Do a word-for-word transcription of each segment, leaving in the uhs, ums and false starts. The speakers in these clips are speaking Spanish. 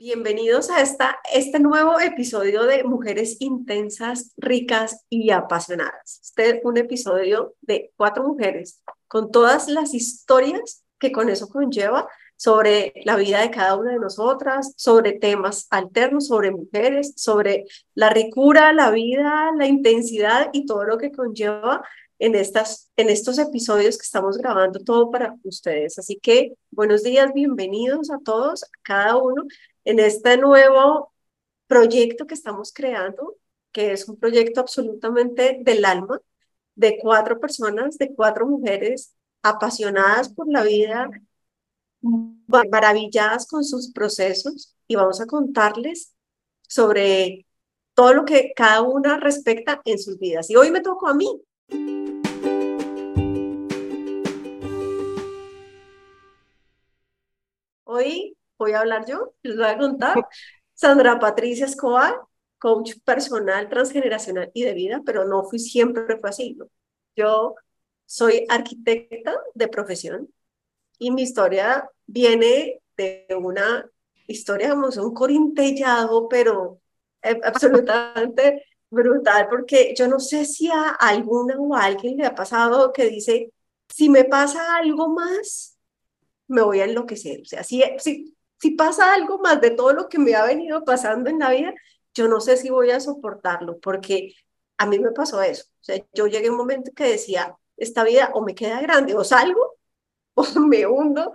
Bienvenidos a esta, este nuevo episodio de Mujeres Intensas, Ricas y Apasionadas. Este es un episodio de cuatro mujeres con todas las historias que con eso conlleva sobre la vida de cada una de nosotras, sobre temas alternos, sobre mujeres, sobre la ricura, la vida, la intensidad y todo lo que conlleva en, estas, en estos episodios que estamos grabando todo para ustedes. Así que buenos días, bienvenidos a todos, a cada uno en este nuevo proyecto que estamos creando, que es un proyecto absolutamente del alma, de cuatro personas, de cuatro mujeres apasionadas por la vida, maravilladas con sus procesos, y vamos a contarles sobre todo lo que cada una respecta en sus vidas. Y hoy me tocó a mí. Hoy voy a hablar yo, les voy a contar. Sandra Patricia Escobar, coach personal, transgeneracional y de vida, pero no fui siempre, fue así, ¿no? Yo soy arquitecta de profesión y mi historia viene de una historia, como un corintellado, pero eh, absolutamente brutal, porque yo no sé si a alguna o a alguien le ha pasado que dice, si me pasa algo más, me voy a enloquecer. O sea, si, si, si pasa algo más de todo lo que me ha venido pasando en la vida, yo no sé si voy a soportarlo, porque a mí me pasó eso. O sea, yo llegué a un momento que decía, esta vida o me queda grande, o salgo, o me hundo,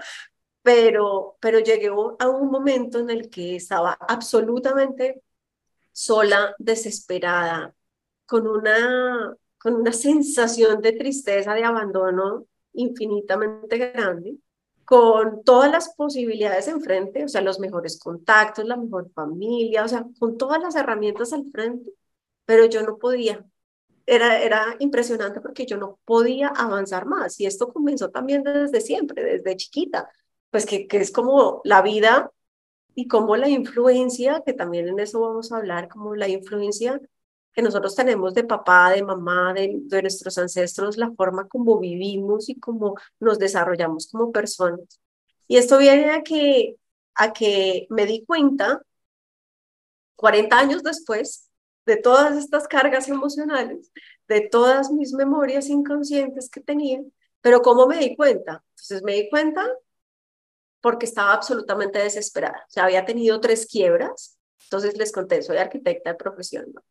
pero, pero llegué a un momento en el que estaba absolutamente sola, desesperada, con una, con una sensación de tristeza, de abandono infinitamente grande, con todas las posibilidades enfrente, o sea, los mejores contactos, la mejor familia, o sea, con todas las herramientas al frente, pero yo no podía. Era, era impresionante porque yo no podía avanzar más. Y esto comenzó también desde siempre, desde chiquita, pues que, que es como la vida y como la influencia, que también en eso vamos a hablar, como la influencia que nosotros tenemos de papá, de mamá, de, de nuestros ancestros, la forma como vivimos y cómo nos desarrollamos como personas. Y esto viene a que, a que me di cuenta, cuarenta años después, de todas estas cargas emocionales, de todas mis memorias inconscientes que tenía, pero ¿cómo me di cuenta? Entonces me di cuenta porque estaba absolutamente desesperada. O sea, había tenido tres quiebras. Entonces les conté, soy arquitecta de profesión, ¿no?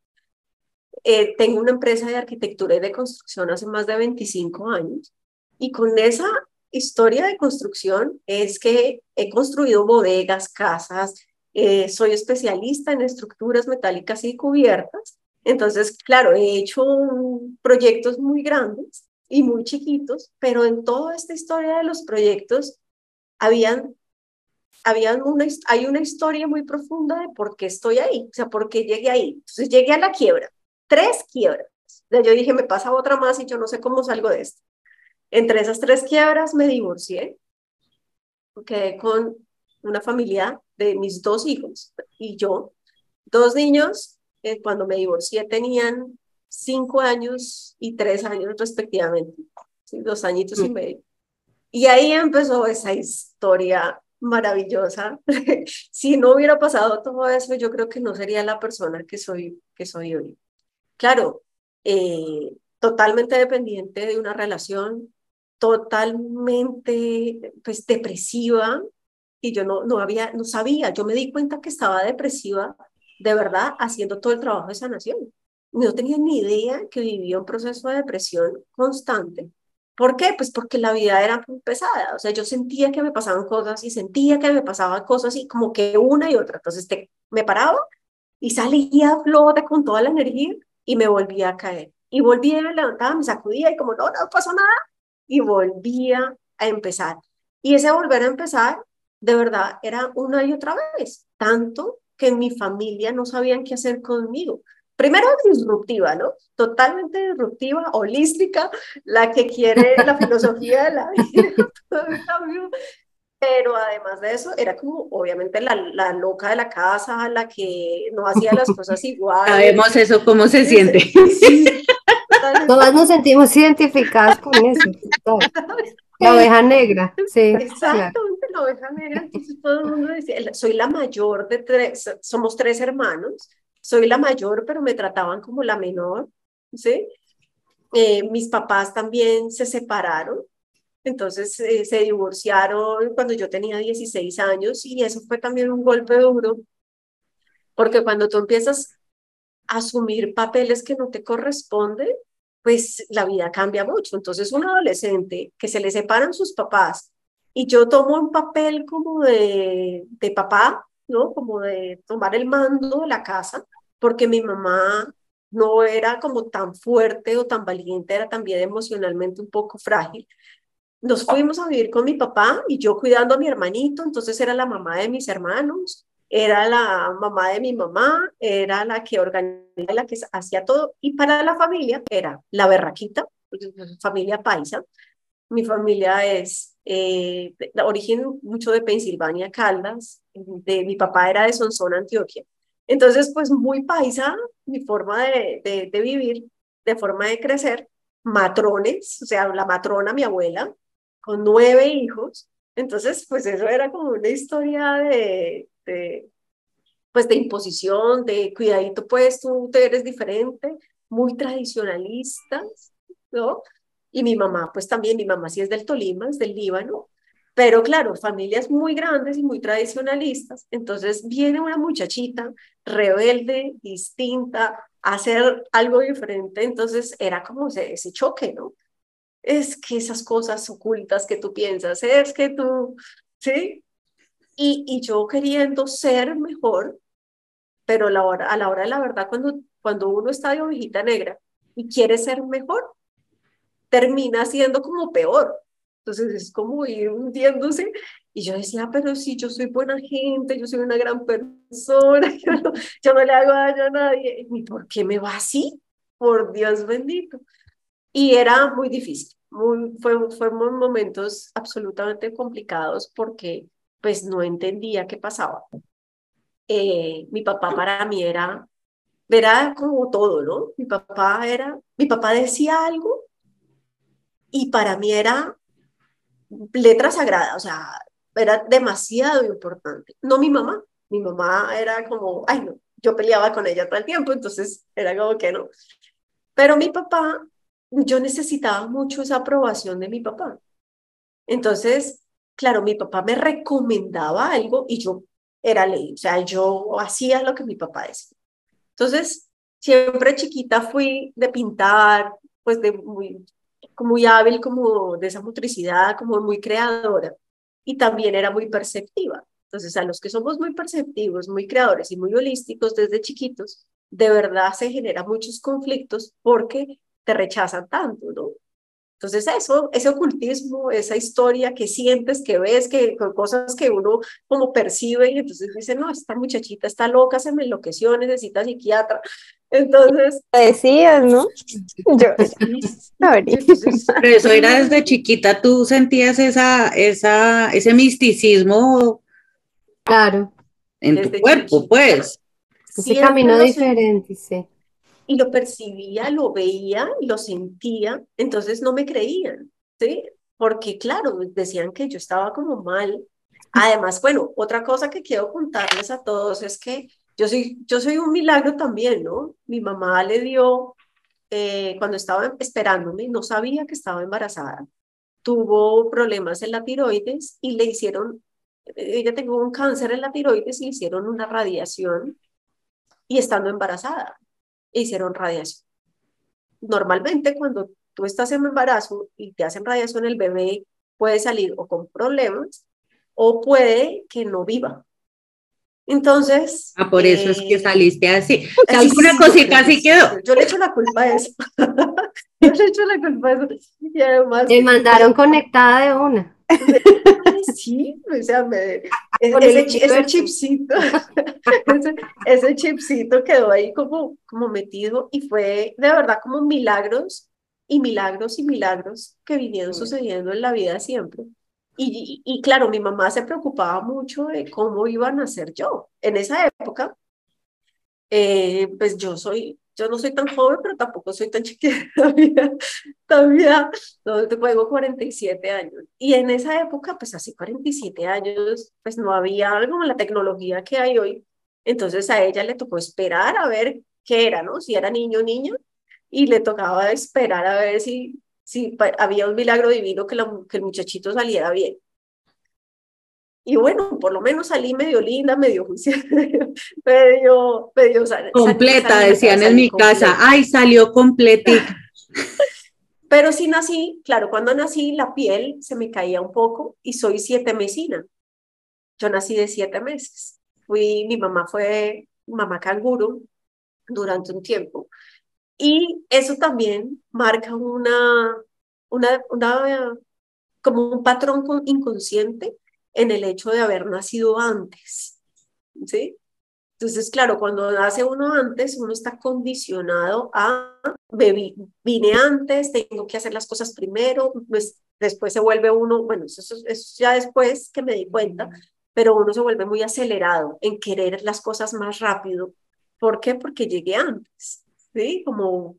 Eh, tengo una empresa de arquitectura y de construcción hace más de veinticinco años, y con esa historia de construcción es que he construido bodegas, casas, eh, soy especialista en estructuras metálicas y cubiertas. Entonces, claro, he hecho proyectos muy grandes y muy chiquitos, pero en toda esta historia de los proyectos habían, habían una, hay una historia muy profunda de por qué estoy ahí, o sea, por qué llegué ahí. Entonces llegué a la quiebra, tres quiebras. Yo dije, me pasa otra más y yo no sé cómo salgo de esto. Entre esas tres quiebras me divorcié, quedé con una familia de mis dos hijos y yo, dos niños, eh, cuando me divorcié tenían cinco años y tres años respectivamente, ¿sí? Dos añitos y medio. Y ahí empezó esa historia maravillosa. Si no hubiera pasado todo eso, yo creo que no sería la persona que soy, que soy hoy. Claro, eh, totalmente dependiente de una relación, totalmente pues depresiva, y yo no, no había, no sabía, yo me di cuenta que estaba depresiva de verdad haciendo todo el trabajo de sanación. No tenía ni idea que vivía un proceso de depresión constante. ¿Por qué? Pues porque la vida era muy pesada, o sea, yo sentía que me pasaban cosas y sentía que me pasaban cosas y como que una y otra. Entonces te, me paraba y salía a flote con toda la energía y me volvía a caer. Y volvía, me levantaba, me sacudía y como no, no pasó nada, y volvía a empezar. Y ese volver a empezar, de verdad, era una y otra vez, tanto que mi familia no sabían qué hacer conmigo. Primero disruptiva, ¿no? Totalmente disruptiva, holística, la que quiere la filosofía de la vida, todo el cambio. Pero además de eso, era como obviamente la, la loca de la casa, la que no hacía las cosas iguales. Sabemos eso cómo se siente. Sí, totalmente. Todas nos sentimos identificadas con eso, total. La oveja negra, sí, Exactamente, claro. la oveja negra, entonces todo el mundo decía, soy la mayor de tres, somos tres hermanos, soy la mayor, pero me trataban como la menor, ¿sí? Eh, mis papás también se separaron, entonces eh, se divorciaron cuando yo tenía dieciséis años y eso fue también un golpe duro, porque cuando tú empiezas a asumir papeles que no te corresponden, pues la vida cambia mucho. Entonces un adolescente que se le separan sus papás y yo tomo un papel como de, de papá, ¿no? Como de tomar el mando de la casa, porque mi mamá no era como tan fuerte o tan valiente, era también emocionalmente un poco frágil. Nos fuimos a vivir con mi papá y yo cuidando a mi hermanito, entonces era la mamá de mis hermanos, era la mamá de mi mamá, era la que organizaba, la que hacía todo, y para la familia era la berraquita, familia paisa. Mi familia es eh, de origen mucho de Pensilvania, Caldas, de, mi papá era de Sonsón, Antioquia. Entonces, pues muy paisa, mi forma de, de, de vivir, de forma de crecer, matrones, o sea, la matrona, mi abuela, con nueve hijos. Entonces, pues eso era como una historia de, de, pues de imposición, de cuidadito, pues tú te eres diferente, muy tradicionalistas, ¿no? Y mi mamá, pues también, mi mamá sí es del Tolima, es del Líbano, pero claro, familias muy grandes y muy tradicionalistas. Entonces viene una muchachita rebelde, distinta, a hacer algo diferente. Entonces era como ese, ese choque, ¿no? Es que esas cosas ocultas que tú piensas, es que tú, ¿sí? Y, y yo queriendo ser mejor, pero la hora, a la hora de la verdad, cuando, cuando uno está de ovejita negra y quiere ser mejor, termina siendo como peor. Entonces es como ir hundiéndose. Y yo decía, pero si yo soy buena gente, yo soy una gran persona, yo no, yo no le hago daño a nadie. ¿Y por qué me va así? Por Dios bendito. Y era muy difícil. Muy, fue, fueron momentos absolutamente complicados porque pues no entendía qué pasaba. Eh, mi papá para mí era, era como todo, ¿no? Mi papá era, mi papá decía algo y para mí era letra sagrada, o sea, era demasiado importante. No mi mamá, mi mamá era como, ay no, yo peleaba con ella todo el tiempo, entonces era como que no. Pero mi papá, yo necesitaba mucho esa aprobación de mi papá. Entonces, claro, mi papá me recomendaba algo y yo era ley, o sea, yo hacía lo que mi papá decía. Entonces, siempre chiquita fui de pintar, pues de muy, muy hábil, como de esa motricidad, como muy creadora. Y también era muy perceptiva. Entonces, a los que somos muy perceptivos, muy creadores y muy holísticos desde chiquitos, de verdad se generan muchos conflictos porque te rechazan tanto, ¿no? Entonces eso, ese ocultismo, esa historia que sientes, que ves, que con cosas que uno como percibe y entonces dice, no, esta muchachita está loca, se me enloqueció, necesita psiquiatra. Entonces, Decías, ¿no? Yo, sí, sí, ahorita. entonces, Pero eso era desde chiquita, tú sentías esa, esa, ese misticismo Claro, en tu desde cuerpo, chiquita, pues. ese siempre camino lo sentí diferente, sí. y lo percibía, lo veía, lo sentía, entonces no me creían, ¿sí? Porque claro, decían que yo estaba como mal. Además, bueno, otra cosa que quiero contarles a todos es que yo soy, yo soy un milagro también, ¿no? Mi mamá le dio, eh, cuando estaba esperándome, no sabía que estaba embarazada, tuvo problemas en la tiroides y le hicieron, ella tuvo un cáncer en la tiroides y le hicieron una radiación y estando embarazada, le hicieron radiación. Normalmente cuando tú estás en embarazo y te hacen radiación, el bebé puede salir o con problemas o puede que no viva. Entonces, Ah, por eso es que eh, saliste así. Que así alguna sí, yo cosita creo que así sí. quedó. Yo, yo le echo la culpa a eso. Yo le echo la culpa a eso. Y además, Me mandaron conectada de una me- ay, sí, o sea, me- e- con el ese, chi- ese universo. chipcito, ese, ese chipcito quedó ahí como, como metido y fue de verdad como milagros y milagros y milagros que vinieron sucediendo en la vida siempre. Y, y, y claro, mi mamá se preocupaba mucho de cómo iban a ser yo. En esa época, eh, pues yo soy, yo no soy tan joven, pero tampoco soy tan chiquita todavía, todavía, no, tengo cuarenta y siete años. y en esa época, pues hace cuarenta y siete años, pues no había como la tecnología que hay hoy. Entonces a ella le tocó esperar a ver qué era, ¿no? Si era niño o niña, y le tocaba esperar a ver si, si había un milagro divino que, la, que el muchachito saliera bien. Y bueno, por lo menos salí medio linda, medio juiciosa, medio, medio sal, Completa, salí, decían en salí mi casa. completa. Ay, salió completica. Pero sí nací, claro, cuando nací la piel se me caía un poco y soy siete mesina. Yo nací de siete meses. Fui, mi mamá fue mamá canguro durante un tiempo. Y eso también marca una, una, una, como un patrón inconsciente en el hecho de haber nacido antes, ¿sí? Entonces, claro, cuando nace uno antes, uno está condicionado a, bebí, vine antes, tengo que hacer las cosas primero, pues después se vuelve uno, bueno, eso, eso, eso ya después que me di cuenta, pero uno se vuelve muy acelerado en querer las cosas más rápido. ¿Por qué? Porque llegué antes, ¿sí? Como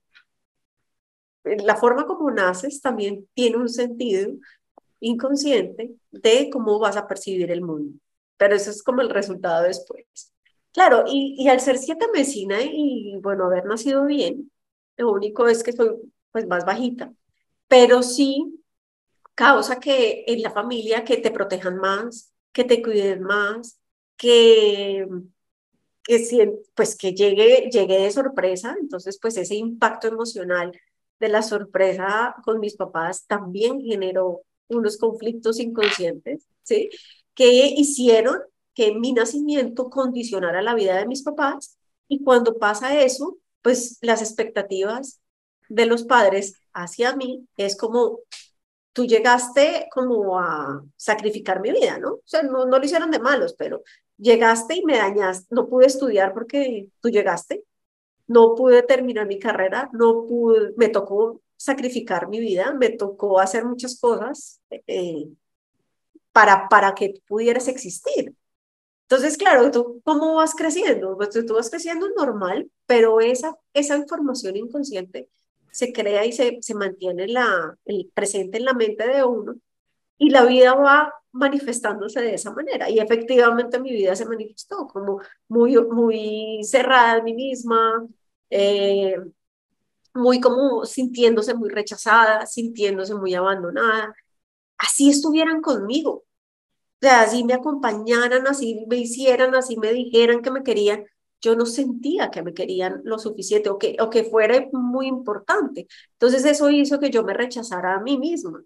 la forma como naces también tiene un sentido inconsciente de cómo vas a percibir el mundo, pero eso es como el resultado después. Claro, y, y al ser siete mesina y bueno, haber nacido bien, lo único es que soy pues más bajita, pero sí causa que en la familia que te protejan más, que te cuiden más, que, que si, pues que llegue, llegue de sorpresa, entonces pues ese impacto emocional de la sorpresa con mis papás también generó unos conflictos inconscientes, ¿sí? Que hicieron que mi nacimiento condicionara la vida de mis papás y cuando pasa eso, pues las expectativas de los padres hacia mí es como, tú llegaste como a sacrificar mi vida, ¿no? O sea, no, no lo hicieron de malos, pero llegaste y me dañaste, no pude estudiar porque tú llegaste, no pude terminar mi carrera, no pude, me tocó sacrificar mi vida, me tocó hacer muchas cosas eh, para, para que pudieras existir. Entonces, claro, tú cómo vas creciendo, pues tú, tú vas creciendo normal, pero esa, esa información inconsciente se crea y se, se mantiene la, el presente en la mente de uno y la vida va manifestándose de esa manera. Y efectivamente mi vida se manifestó como muy, muy cerrada en mí misma, eh, muy como sintiéndose muy rechazada, sintiéndose muy abandonada. Así estuvieran conmigo, o sea, así me acompañaran, así me hicieran, así me dijeran que me querían. Yo no sentía que me querían lo suficiente o que, o que fuera muy importante. Entonces eso hizo que yo me rechazara a mí misma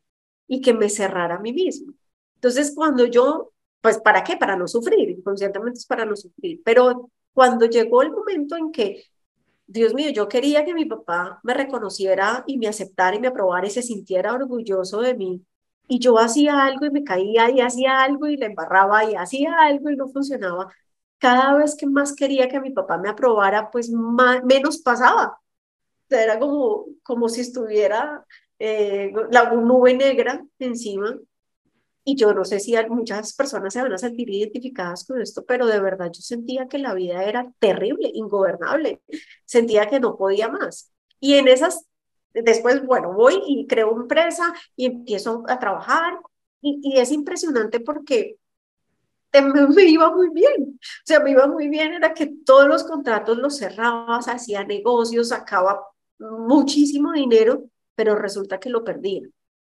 y que me cerrara a mí misma. Entonces, cuando yo, pues, ¿para qué? Para no sufrir, inconscientemente es para no sufrir, pero cuando llegó el momento en que, Dios mío, yo quería que mi papá me reconociera y me aceptara y me aprobara y se sintiera orgulloso de mí, y yo hacía algo y me caía y hacía algo y le embarraba y hacía algo y no funcionaba, cada vez que más quería que mi papá me aprobara, pues más, menos pasaba. O sea, era como, como si estuviera eh, la nube negra encima. Y yo no sé si muchas personas se van a sentir identificadas con esto, pero de verdad yo sentía que la vida era terrible, ingobernable. Sentía que no podía más. Y en esas, después, bueno, voy y creo una empresa y empiezo a trabajar. Y, y es impresionante porque te- me, me iba muy bien. O sea, me iba muy bien, era que todos los contratos los cerraba, hacía negocios, sacaba muchísimo dinero, pero resulta que lo perdía.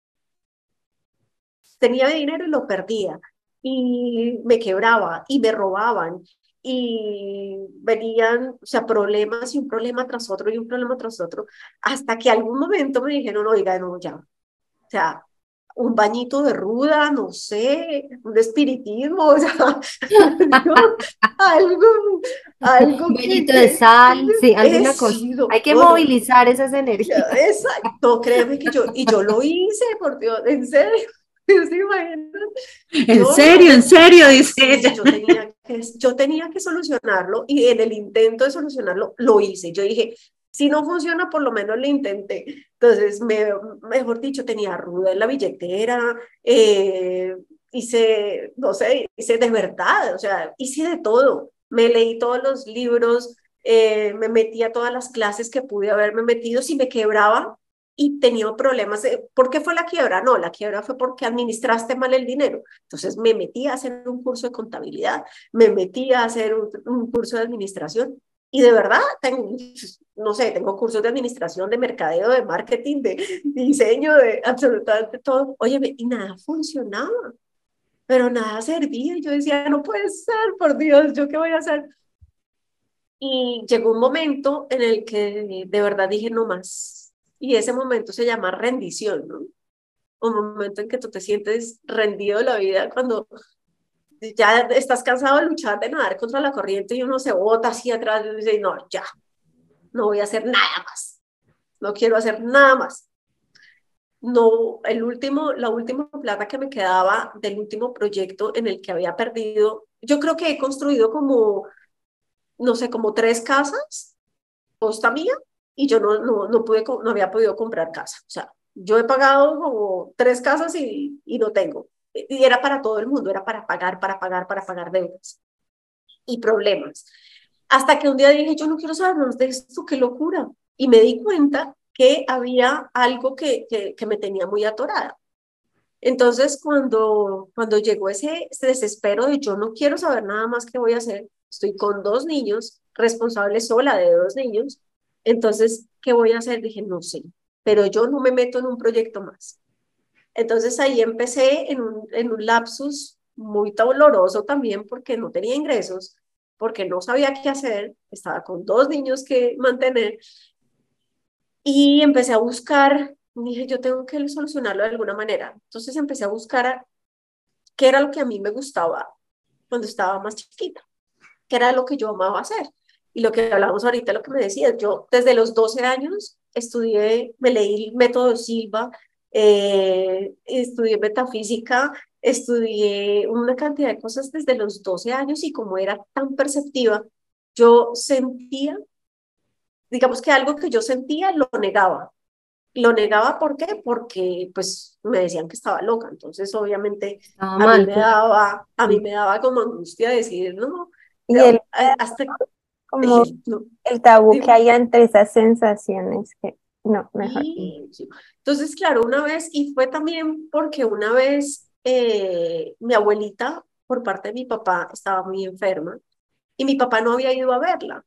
Tenía dinero y lo perdía. Y me quebraba y me robaban. Y venían, o sea, problemas y un problema tras otro y un problema tras otro, hasta que algún momento me dijeron, oiga, no, ya. O sea, un bañito de ruda, no sé, un espiritismo, o sea, algo, algo, algo Un que, bañito de que sal, sí, alguna es, cosa. sí, no, Hay que no, no, movilizar esas energías. exacto, créeme que yo, y yo lo hice, por Dios, en serio, ¿se imaginan? En Yo serio, en no, serio, dice sí, ella. yo tenía que, yo tenía que solucionarlo y en el intento de solucionarlo lo hice. Yo dije, si no funciona, por lo menos lo intenté. Entonces, me, mejor dicho, tenía ruda en la billetera, eh, hice, no sé, hice de verdad, o sea, hice de todo. Me leí todos los libros, eh, me metí a todas las clases que pude haberme metido. Si me quebraba, y tenía problemas. De, ¿por qué fue la quiebra? No, la quiebra fue porque administraste mal el dinero. Entonces me metí a hacer un curso de contabilidad, me metí a hacer un, un curso de administración y de verdad tengo, no sé, tengo cursos de administración, de mercadeo, de marketing, de diseño, de absolutamente todo. Oye, y nada funcionaba, pero nada servía. Yo decía, no puede ser, por Dios, ¿yo qué voy a hacer? Y llegó un momento en el que de verdad dije, no más. Y ese momento se llama rendición, ¿no? Un momento en que tú te sientes rendido de la vida cuando ya estás cansado de luchar, de nadar contra la corriente y uno se bota así atrás y dice, no, ya, no voy a hacer nada más. No quiero hacer nada más. No, el último, la última plata que me quedaba del último proyecto en el que había perdido, yo creo que he construido como, no sé, como tres casas, costa mía, y yo no, no, no, pude, no había podido comprar casa. O sea, yo he pagado como tres casas y, y no tengo. Y era para todo el mundo, era para pagar, para pagar, para pagar deudas y problemas. Hasta que un día dije, yo no quiero saber más de esto, qué locura. Y me di cuenta que había algo que, que, que me tenía muy atorada. Entonces, cuando, cuando llegó ese, ese desespero de yo no quiero saber nada más qué voy a hacer, estoy con dos niños, responsable sola de dos niños, entonces, ¿qué voy a hacer? Dije, no sé, pero yo no me meto en un proyecto más. Entonces ahí empecé en un, en un lapsus muy doloroso también porque no tenía ingresos, porque no sabía qué hacer, estaba con dos niños que mantener y empecé a buscar, dije, yo tengo que solucionarlo de alguna manera. Entonces empecé a buscar a, qué era lo que a mí me gustaba cuando estaba más chiquita, qué era lo que yo amaba hacer. Y lo que hablábamos ahorita, lo que me decías, yo desde los doce años estudié, me leí el método Silva, eh, estudié metafísica, estudié una cantidad de cosas desde los doce años y como era tan perceptiva, yo sentía, digamos que algo que yo sentía lo negaba. Lo negaba, ¿por qué? Porque pues me decían que estaba loca, entonces obviamente Estaba a mí mal, me pues. daba, a mí Sí. me daba como angustia decir, no, Y no, el hasta, como no, el tabú que dime. hay entre esas sensaciones que no, mejor. No. Y, sí. Entonces, claro, una vez, y fue también porque una vez eh, mi abuelita, por parte de mi papá, estaba muy enferma y mi papá no había ido a verla.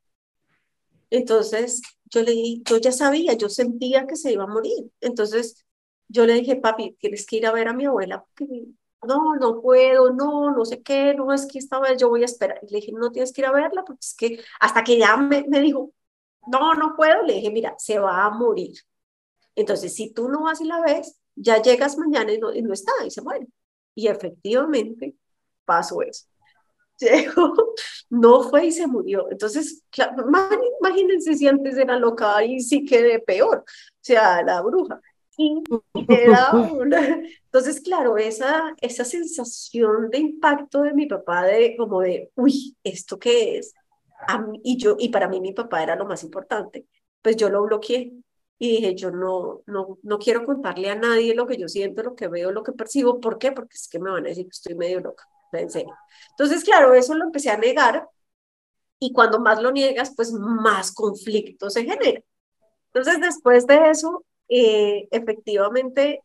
Entonces, yo le di, yo ya sabía, yo sentía que se iba a morir. Entonces, yo le dije, papi, tienes que ir a ver a mi abuela porque no, no puedo, no, no sé qué, no, es que esta vez yo voy a esperar. Y le dije, no tienes que ir a verla porque es que hasta que ya me, me dijo, no, no puedo, le dije, mira, se va a morir. Entonces, si tú no vas y la ves, ya llegas mañana y no, y no está, y se muere. Y efectivamente pasó eso. Llegó, no fue y se murió. Entonces, claro, imagínense si antes era loca y sí quedé peor, o sea, la bruja. Y era una... Entonces, claro, esa, esa sensación de impacto de mi papá, de como de, uy, ¿esto qué es? A mí, y yo, y para mí mi papá era lo más importante, pues yo lo bloqueé y dije, yo no, no, no quiero contarle a nadie lo que yo siento, lo que veo, lo que percibo. ¿Por qué? Porque es que me van a decir que estoy medio loca, en serio. Entonces, claro, eso lo empecé a negar y cuando más lo niegas, pues más conflicto se genera. Entonces, después de eso, eh, efectivamente,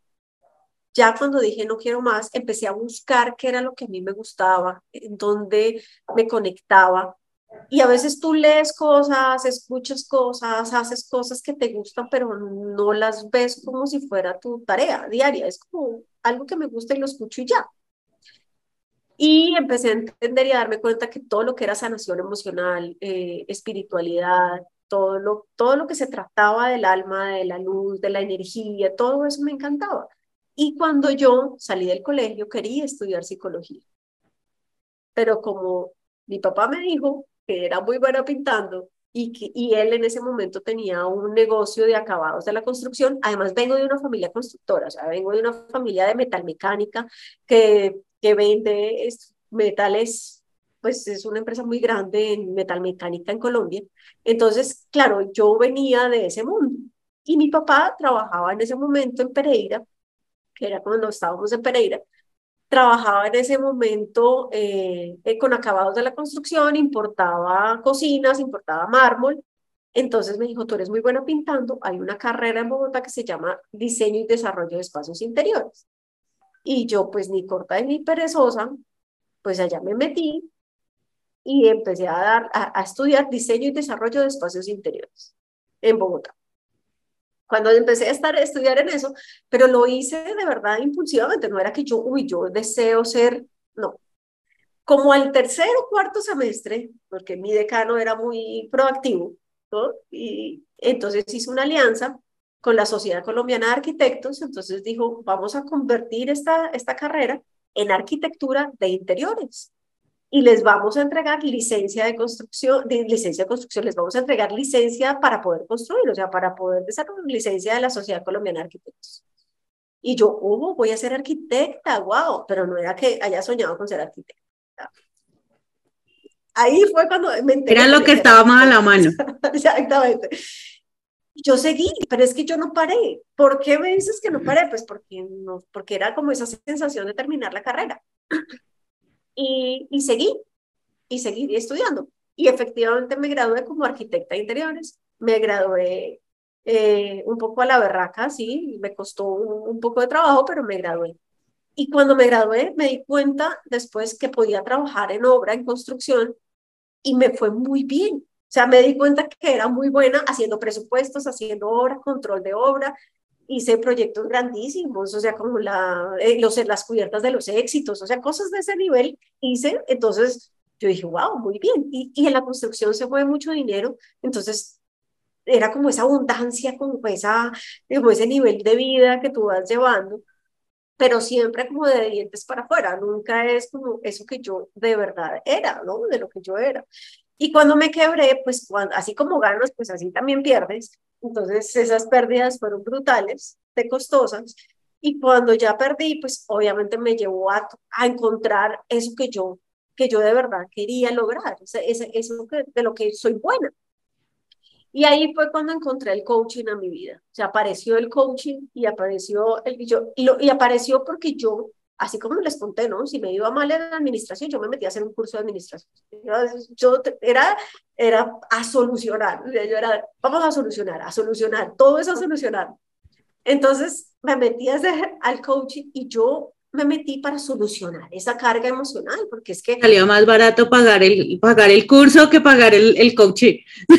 ya cuando dije no quiero más, empecé a buscar qué era lo que a mí me gustaba, en dónde me conectaba. Y a veces tú lees cosas, escuchas cosas, haces cosas que te gustan, pero no las ves como si fuera tu tarea diaria. Es como algo que me gusta y lo escucho y ya. Y empecé a entender y a darme cuenta que todo lo que era sanación emocional, eh, espiritualidad, todo lo, todo lo que se trataba del alma, de la luz, de la energía, todo eso me encantaba. Y cuando yo salí del colegio quería estudiar psicología, pero como mi papá me dijo que era muy buena pintando y, que, y él en ese momento tenía un negocio de acabados de la construcción, además vengo de una familia constructora, o sea, vengo de una familia de metalmecánica que, que vende metales, pues es una empresa muy grande en metalmecánica en Colombia. Entonces, claro, yo venía de ese mundo y mi papá trabajaba en ese momento en Pereira, que era cuando estábamos en Pereira, trabajaba en ese momento eh, eh, con acabados de la construcción, importaba cocinas, importaba mármol Entonces me dijo, tú eres muy buena pintando, hay una carrera en Bogotá que se llama Diseño y Desarrollo de Espacios Interiores. Y yo, pues ni corta ni perezosa, pues allá me metí y empecé a, dar, a, a estudiar Diseño y Desarrollo de Espacios Interiores en Bogotá. Cuando empecé a estar, a estudiar en eso, pero lo hice de verdad impulsivamente, no era que yo, uy, yo deseo ser, no. Como al tercer o cuarto semestre, porque mi decano era muy proactivo, ¿no? Y entonces hizo una alianza con la Sociedad Colombiana de Arquitectos, entonces dijo, vamos a convertir esta, esta carrera en arquitectura de interiores y les vamos a entregar licencia de construcción, de licencia de construcción, les vamos a entregar licencia para poder construir, o sea, para poder desarrollar licencia de la Sociedad Colombiana de Arquitectos. Y yo, oh, voy a ser arquitecta, wow, pero no era que haya soñado con ser arquitecta. Ahí fue cuando me enteré Era que lo me que decía estaba más a la mano. exactamente. Yo seguí, pero es que yo no paré. ¿Por qué me dices que no paré? Pues porque, no, porque era como esa sensación de terminar la carrera. Y, y seguí, y seguí estudiando. Y efectivamente me gradué como arquitecta de interiores. Me gradué eh, un poco a la berraca, sí, me costó un, un poco de trabajo, pero me gradué. Y cuando me gradué me di cuenta después que podía trabajar en obra, en construcción, y me fue muy bien. O sea, me di cuenta que era muy buena haciendo presupuestos, haciendo obra, control de obra, hice proyectos grandísimos, o sea, como la, eh, los, las cubiertas de los éxitos, o sea, cosas de ese nivel hice. Entonces yo dije, wow, muy bien. Y, y en la construcción se mueve mucho dinero, entonces era como esa abundancia, como esa, como ese nivel de vida que tú vas llevando, pero siempre como de dientes para afuera, nunca es como eso que yo de verdad era, ¿no? De lo que yo era. Y cuando me quebré, pues cuando, así como ganas, pues así también pierdes. Entonces esas pérdidas fueron brutales, de costosas. Y cuando ya perdí, pues obviamente me llevó a, a encontrar eso que yo, que yo de verdad quería lograr, o sea, ese, eso que, de lo que soy buena. Y ahí fue cuando encontré el coaching a mi vida. O sea, apareció el coaching y apareció el yo, y, lo, y apareció porque yo, así como les conté, ¿no? Si me iba mal en la administración, yo me metí a hacer un curso de administración. Yo, yo era, era a solucionar. Yo era, vamos a solucionar, a solucionar, todo eso a solucionar. Entonces me metí a hacer al coaching y yo me metí para solucionar esa carga emocional, porque es que Salía más barato pagar el, pagar el curso que pagar el, el coaching.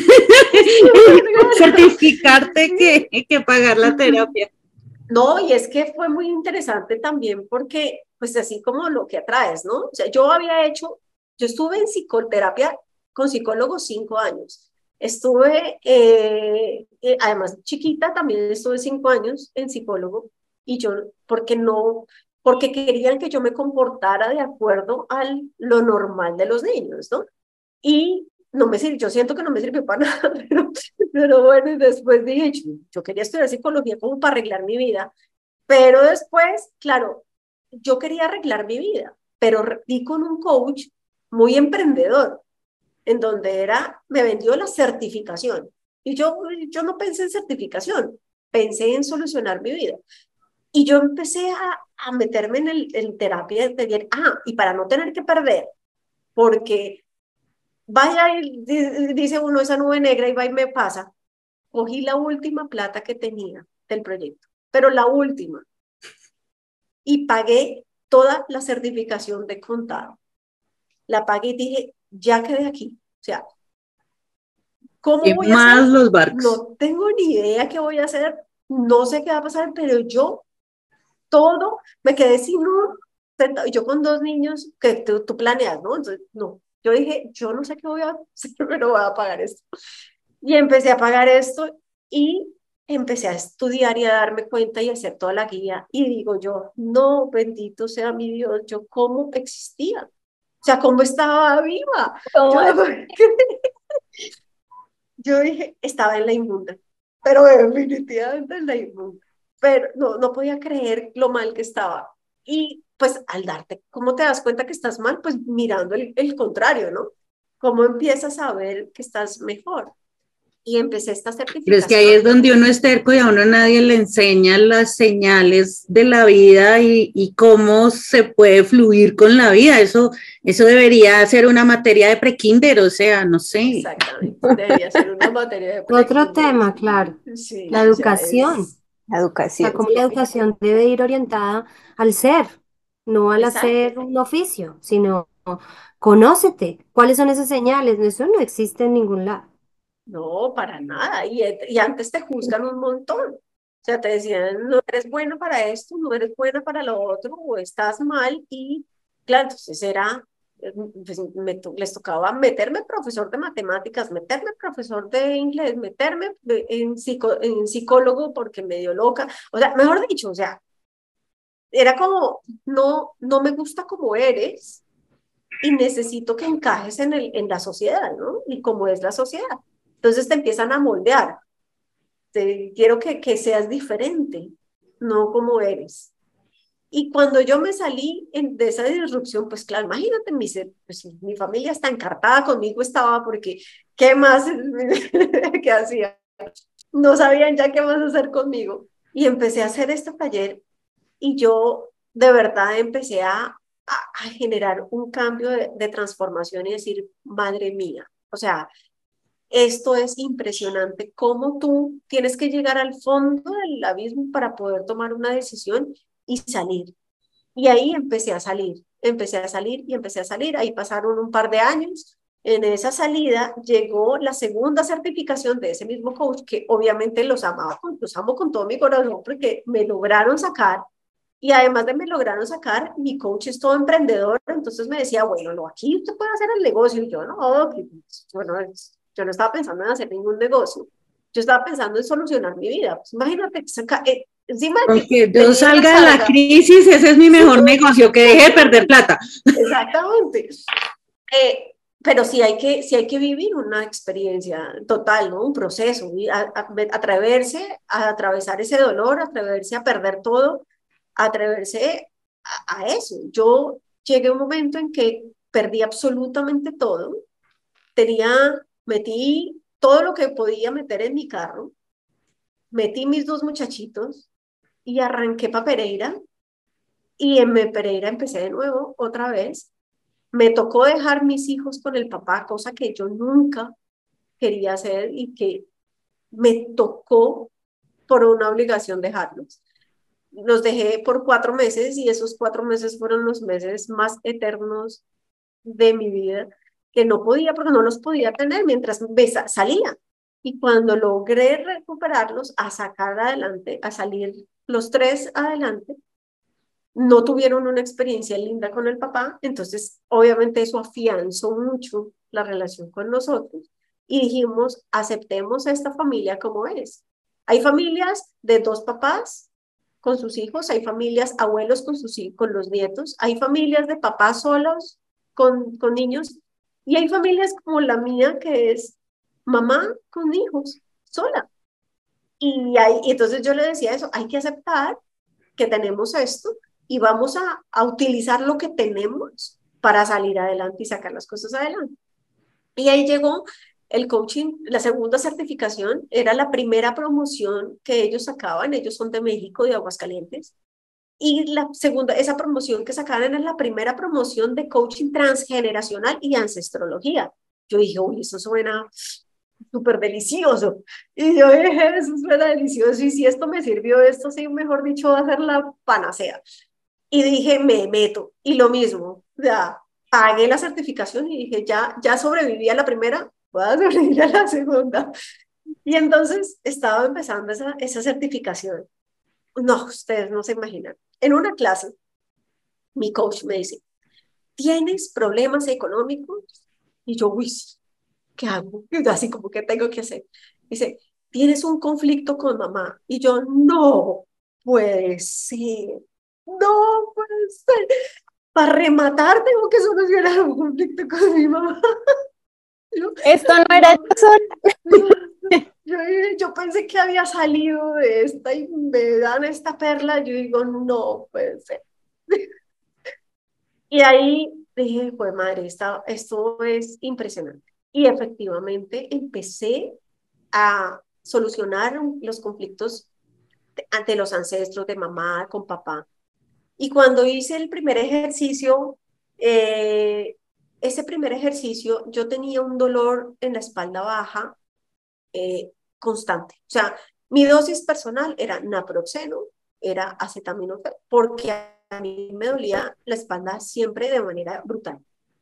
Certificarte que, que pagar la terapia. no, y es que fue muy interesante también porque, pues así como lo que atraes, ¿no? O sea, yo había hecho, yo estuve en psicoterapia con psicólogos cinco años. Estuve, eh, eh, además chiquita, también estuve cinco años en psicólogo y yo, porque no, porque querían que yo me comportara de acuerdo a lo normal de los niños, ¿no? Y no me sirvió, yo siento que no me sirvió para nada, pero, pero bueno, y después dije, yo, yo quería estudiar psicología como para arreglar mi vida, pero después, claro, yo quería arreglar mi vida, pero di con un coach muy emprendedor, en donde era, me vendió la certificación, y yo, yo no pensé en certificación, pensé en solucionar mi vida. Y yo empecé a, a meterme en, el, en terapia de bien, ah, y para no tener que perder, porque vaya y dice uno esa nube negra y va y me pasa. Cogí la última plata que tenía del proyecto, pero la última, y pagué toda la certificación de contado. La pagué y dije, ya quedé aquí. O sea, ¿cómo Y voy a hacer? más los barcos. No tengo ni idea qué voy a hacer, no sé qué va a pasar, pero yo todo, me quedé sin un centavo, yo con dos niños que tú, tú planeas, ¿no? Entonces, no, yo dije, yo no sé qué voy a hacer, pero voy a pagar esto. Y empecé a pagar esto y empecé a estudiar y a darme cuenta y a hacer toda la guía. Y digo yo, no, bendito sea mi Dios, yo cómo existía. O sea, cómo estaba viva. ¿Cómo Yo, es? no, yo dije, estaba en la inmunda, pero definitivamente en la inmunda. Pero no, no podía creer lo mal que estaba. Y pues al darte, ¿cómo te das cuenta que estás mal? Pues mirando el, el contrario, ¿no? ¿Cómo empiezas a ver que estás mejor? y empecé esta Pero es que ahí es certificación. donde uno es terco y a uno nadie le enseña las señales de la vida y, y cómo se puede fluir con la vida. Eso, eso debería ser una materia de prekinder, o sea, no sé. Exactamente, debería ser una materia de Otro prekinder. tema, claro, la Sí, ya educación. es. La O sea, educación. cómo la educación debe ir orientada al ser, no al Exacto. hacer un oficio, sino conócete. ¿Cuáles son esas señales? Eso no existe en ningún lado. No, para nada. Y, et- y antes te juzgan un montón. O sea, te decían, no eres bueno para esto, no eres buena para lo otro, o estás mal. Y claro, entonces era, eh, pues, me to- les tocaba meterme profesor de matemáticas, meterme profesor de inglés, meterme de- en, psico- en psicólogo porque me dio loca. O sea, mejor dicho, o sea, era como, no, no me gusta como eres y necesito que encajes en el, en la sociedad, ¿no? Y cómo es la sociedad. Entonces te empiezan a moldear. Te, quiero que, que seas diferente, no como eres. Y cuando yo me salí en, de esa disrupción, pues claro, imagínate, mi, pues, mi familia está encartada conmigo, estaba porque, ¿qué más que hacía? No sabían ya qué más hacer conmigo. Y empecé a hacer este taller y yo de verdad empecé a, a, a generar un cambio de, de transformación y decir, madre mía, o sea, esto es impresionante, cómo tú tienes que llegar al fondo del abismo para poder tomar una decisión y salir. Y ahí empecé a salir, empecé a salir y empecé a salir. Ahí pasaron un par de años. En esa salida llegó la segunda certificación de ese mismo coach, que obviamente los amaba, los amo con todo mi corazón porque me lograron sacar. Y además de me lograron sacar, mi coach es todo emprendedor, entonces me decía, bueno, no, aquí usted puede hacer el negocio. Y yo, no, que, bueno, yo no estaba pensando en hacer ningún negocio. Yo estaba pensando en solucionar mi vida. Pues imagínate, saca, eh, encima de que Aunque yo tenía una salga de la carga. crisis, ese es mi Sí, mejor negocio, que deje de perder plata. exactamente. Eh, pero sí hay que, sí hay que vivir una experiencia total, ¿no? Un proceso, y a, a, atreverse a atravesar ese dolor, atreverse a perder todo, atreverse a, a eso. Yo llegué a un momento en que perdí absolutamente todo, tenía, metí todo lo que podía meter en mi carro, metí mis dos muchachitos y arranqué para Pereira y en Pereira empecé de nuevo otra vez. Me tocó dejar mis hijos con el papá, cosa que yo nunca quería hacer y que me tocó por una obligación dejarlos. Los dejé por cuatro meses y esos cuatro meses fueron los meses más eternos de mi vida, que no podía porque no los podía tener mientras me salía. Y cuando logré recuperarlos, a sacar adelante, a salir los tres adelante, no tuvieron una experiencia linda con el papá, entonces obviamente eso afianzó mucho la relación con nosotros y dijimos, aceptemos a esta familia como es. Hay familias de dos papás con sus hijos, hay familias abuelos con, sus, con los nietos, hay familias de papás solos con, con niños y hay familias como la mía que es mamá con hijos, sola. Y, hay, y entonces yo le decía eso, hay que aceptar que tenemos esto y vamos a, a utilizar lo que tenemos para salir adelante y sacar las cosas adelante. Y ahí llegó el coaching, la segunda certificación, era la primera promoción que ellos sacaban, ellos son de México, de Aguascalientes, y la segunda, esa promoción que sacaban es la primera promoción de coaching transgeneracional y ancestrología. Yo dije, uy, eso suena súper delicioso. Y yo dije, eso suena delicioso. Y si esto me sirvió, esto sí, mejor dicho, va a ser la panacea. Y dije, me meto. Y lo mismo, ya, pagué la certificación y dije, ya, ya sobreviví a la primera, voy a sobrevivir a la segunda. Y entonces estaba empezando esa, esa certificación. No, ustedes no se imaginan. En una clase, mi coach me dice, ¿tienes problemas económicos? Y yo, uy, sí, ¿qué hago? Y yo así como que tengo que hacer. Dice, ¿tienes un conflicto con mamá? Y yo, no puede ser, no puede ser. Para rematar tengo que solucionar un conflicto con mi mamá. Yo, Esto no era no, eso. no, yo, yo pensé que había salido de esta y me dan esta perla. Yo digo, no puede ser. Y ahí dije, pues madre, esta, esto es impresionante. Y efectivamente empecé a solucionar los conflictos ante los ancestros de mamá con papá. Y cuando hice el primer ejercicio, eh, ese primer ejercicio, yo tenía un dolor en la espalda baja eh, constante. O sea, mi dosis personal era naproxeno, era acetaminofén, porque a mí me dolía la espalda siempre de manera brutal.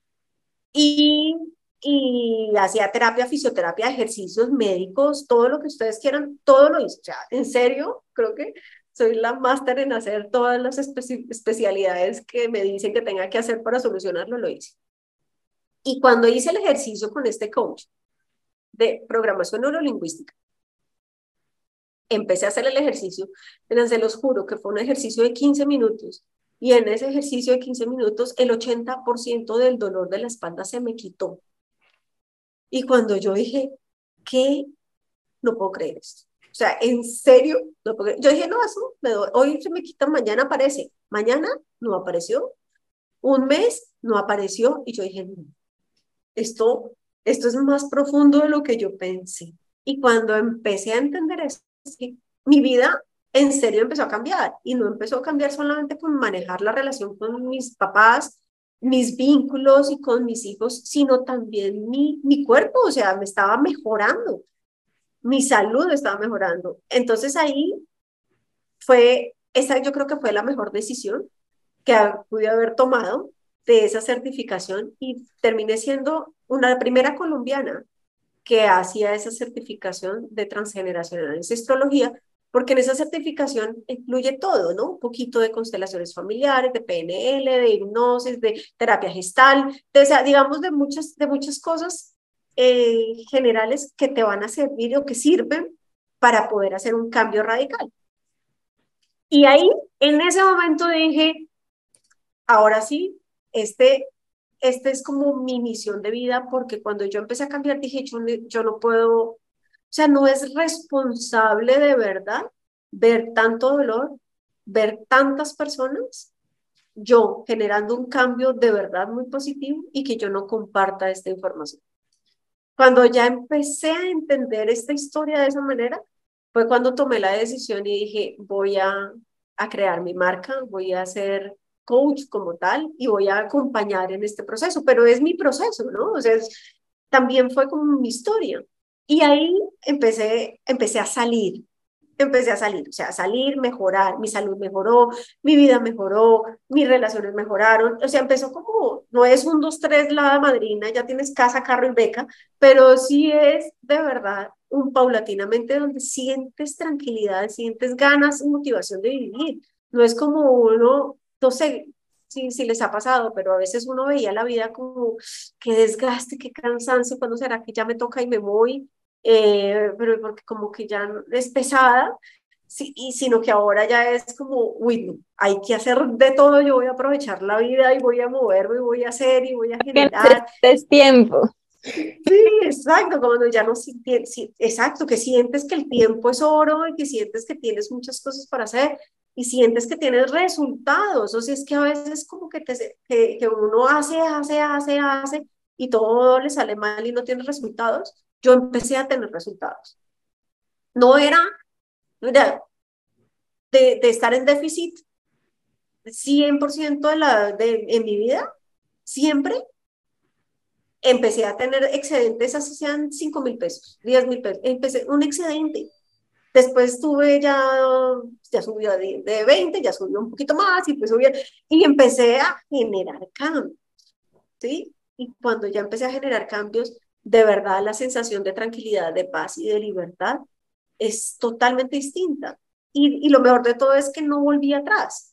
Y, y hacía terapia, fisioterapia, ejercicios médicos, todo lo que ustedes quieran, todo lo hice. O sea, en serio, creo que soy la máster en hacer todas las especi especialidades que me dicen que tenga que hacer para solucionarlo, lo hice. Y cuando hice el ejercicio con este coach de programación neurolingüística, empecé a hacer el ejercicio, pero se los juro que fue un ejercicio de quince minutos, y en ese ejercicio de quince minutos, el ochenta por ciento del dolor de la espalda se me quitó. Y cuando yo dije, ¿qué? No puedo creer esto. O sea, en serio, no puedo creer. Yo dije, no, eso, me doy. Hoy se me quita, mañana aparece. Mañana no apareció. Un mes no apareció. Y yo dije, no, esto, esto es más profundo de lo que yo pensé. Y cuando empecé a entender eso, sí, mi vida en serio empezó a cambiar. Y no empezó a cambiar solamente con manejar la relación con mis papás, mis vínculos y con mis hijos, sino también mi, mi cuerpo. O sea, me estaba mejorando. Mi salud estaba mejorando. Entonces ahí fue, esa yo creo que fue la mejor decisión que pude haber tomado de esa certificación, y terminé siendo una primera colombiana que hacía esa certificación de transgeneracional ancestrología, porque en esa certificación incluye todo, ¿no? Un poquito de constelaciones familiares, de P N L, de hipnosis, de terapia gestal, de, o sea, digamos de muchas, de muchas cosas eh, generales que te van a servir o que sirven para poder hacer un cambio radical. Y ahí, en ese momento dije, ahora sí, este, este es como mi misión de vida, porque cuando yo empecé a cambiar dije, yo, yo no puedo, o sea, no es responsable de verdad ver tanto dolor, ver tantas personas, yo generando un cambio de verdad muy positivo y que yo no comparta esta información. Cuando ya empecé a entender esta historia de esa manera, fue cuando tomé la decisión y dije, voy a, a crear mi marca, voy a ser coach como tal y voy a acompañar en este proceso, pero es mi proceso, ¿no? O sea, es, también fue como mi historia. Y ahí empecé, empecé a salir, empecé a salir, o sea, a salir, mejorar, mi salud mejoró, mi vida mejoró, mis relaciones mejoraron, o sea, empezó como, no es un, dos, tres, la madrina, ya tienes casa, carro y beca, pero sí es de verdad un paulatinamente donde sientes tranquilidad, sientes ganas y motivación de vivir, no es como uno, no sé si, si les ha pasado, pero a veces uno veía la vida como, qué desgaste, qué cansancio, ¿cuándo será que ya me toca y me voy? Eh, pero porque como que ya es pesada, sí, y sino que ahora ya es como, uy, no, hay que hacer de todo, yo voy a aprovechar la vida y voy a moverme, y voy a hacer y voy a Que generar. necesites tiempo. Sí, exacto, cuando ya no, si, si, exacto, que sientes que el tiempo es oro y que sientes que tienes muchas cosas para hacer y sientes que tienes resultados, o sea, es que a veces como que, te, que, que uno hace, hace, hace, hace y todo le sale mal y no tiene resultados. Yo empecé a tener resultados. No era, era de, de estar en déficit cien por ciento de la, de, en mi vida, siempre. Empecé a tener excedentes, así sean cinco mil pesos, diez mil pesos, empecé un excedente. Después tuve ya, ya subió de, de veinte, ya subió un poquito más y pues subió, y empecé a generar cambios, ¿sí? Y cuando ya empecé a generar cambios, de verdad la sensación de tranquilidad, de paz y de libertad es totalmente distinta. Y, y lo mejor de todo es que no volví atrás.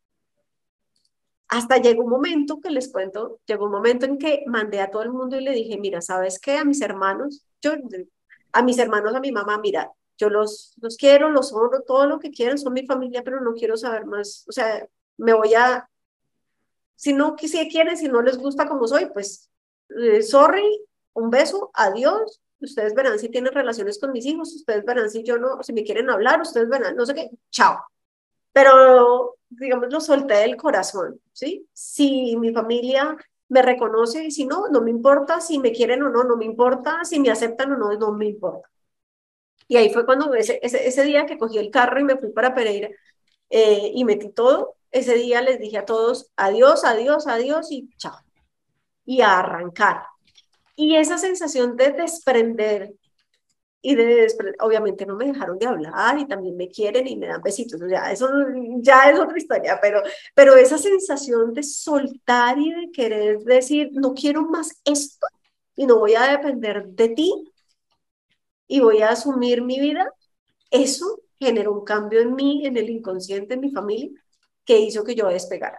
Hasta llegó un momento que les cuento, llegó un momento en que mandé a todo el mundo y le dije, mira, ¿sabes qué? A mis hermanos, yo, a mis hermanos, a mi mamá, mira, yo los, los quiero, los honro, todo lo que quieran, son mi familia, pero no quiero saber más, o sea, me voy a, si no si quieren, si no les gusta como soy, pues, eh, sorry, un beso, adiós, ustedes verán si tienen relaciones con mis hijos, ustedes verán si yo no, si me quieren hablar, ustedes verán, no sé qué, chao. Pero, digamos, lo solté del corazón, ¿sí? Si mi familia me reconoce y si no, no me importa, si me quieren o no, no me importa, si me aceptan o no, no me importa. Y ahí fue cuando ese, ese, ese día que cogí el carro y me fui para Pereira eh, y metí todo, ese día les dije a todos, adiós, adiós, adiós y chao. Y a arrancar. Y esa sensación de desprender y de desprender, obviamente no me dejaron de hablar y también me quieren y me dan besitos, o sea, eso ya es otra historia, pero, pero esa sensación de soltar y de querer decir, no quiero más esto y no voy a depender de ti y voy a asumir mi vida, eso generó un cambio en mí, en el inconsciente, en mi familia, que hizo que yo despegara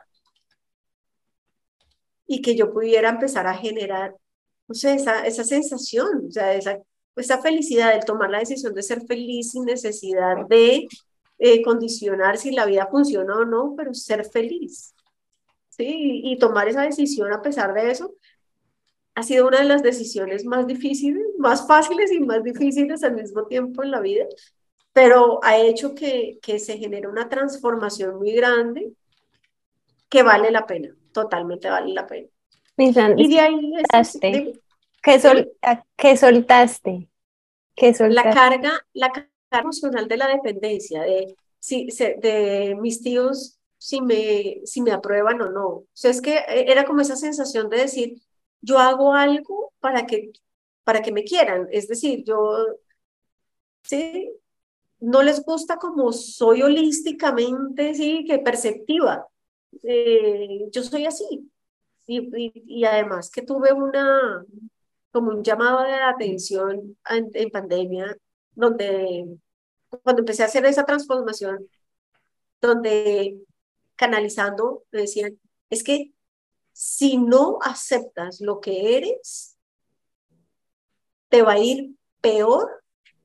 y que yo pudiera empezar a generar, no sé, esa, esa sensación, o sea, esa, esa felicidad, el tomar la decisión de ser feliz sin necesidad de eh, condicionar si la vida funciona o no, pero ser feliz, ¿sí? Y, y tomar esa decisión a pesar de eso ha sido una de las decisiones más difíciles, más fáciles y más difíciles al mismo tiempo en la vida, pero ha hecho que, que se genere una transformación muy grande que vale la pena, totalmente vale la pena. Misán, Y de ahí es así, soltaste. dime, ¿Qué, dime. sol, a- qué soltaste? ¿Qué La soltaste? carga, la carga emocional de la dependencia, de, si, se- de mis tíos, si me, si me aprueban o no. O sea, es que eh, era como esa sensación de decir, yo hago algo para que, para que me quieran. Es decir, yo, sí, no les gusta como soy holísticamente, sí, que perceptiva. Eh, yo soy así. Y, y, y además que tuve una, como un llamado de atención en, en pandemia, donde cuando empecé a hacer esa transformación, donde canalizando me decían, es que si no aceptas lo que eres, te va a ir peor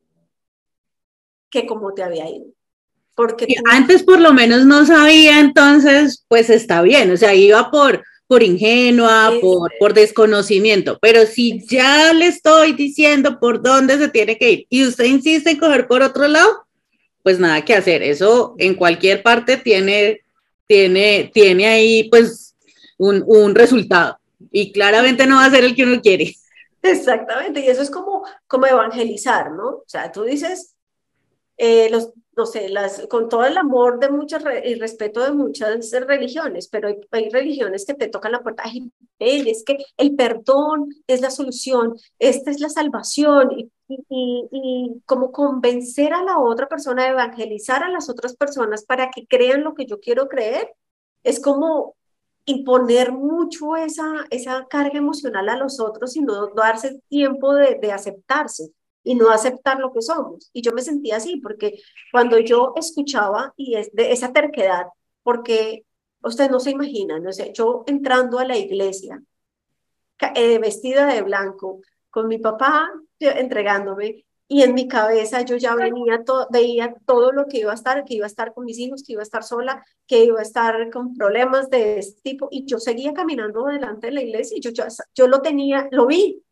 que como te había ido. Porque Y tú, antes por lo menos no sabía, entonces pues está bien, o sea, iba por, por ingenua, es, por, por desconocimiento, pero si es, ya le estoy diciendo por dónde se tiene que ir y usted insiste en coger por otro lado, pues nada que hacer, eso en cualquier parte tiene, tiene, tiene ahí pues un, un resultado y claramente no va a ser el que uno quiere. exactamente, y eso es como, como evangelizar, ¿no? O sea, tú dices, eh, los, no sé, las, con todo el amor de muchas re- y respeto de muchas religiones, pero hay, hay religiones que te tocan la puerta, ay, ven, es que el perdón es la solución, esta es la salvación, y, y, y, y como convencer a la otra persona, evangelizar a las otras personas para que crean lo que yo quiero creer, es como imponer mucho esa, esa carga emocional a los otros y no darse tiempo de, de aceptarse y no aceptar lo que somos. Y yo me sentía así, porque cuando yo escuchaba y es de esa terquedad, porque ustedes no se imaginan, no sé, yo entrando a la iglesia, eh, vestida de blanco, con mi papá eh, entregándome, y en mi cabeza yo ya venía todo, veía todo lo que iba a estar, que iba a estar con mis hijos, que iba a estar sola, que iba a estar con problemas de este tipo, y yo seguía caminando delante de la iglesia, y yo, yo, yo lo tenía, lo vi,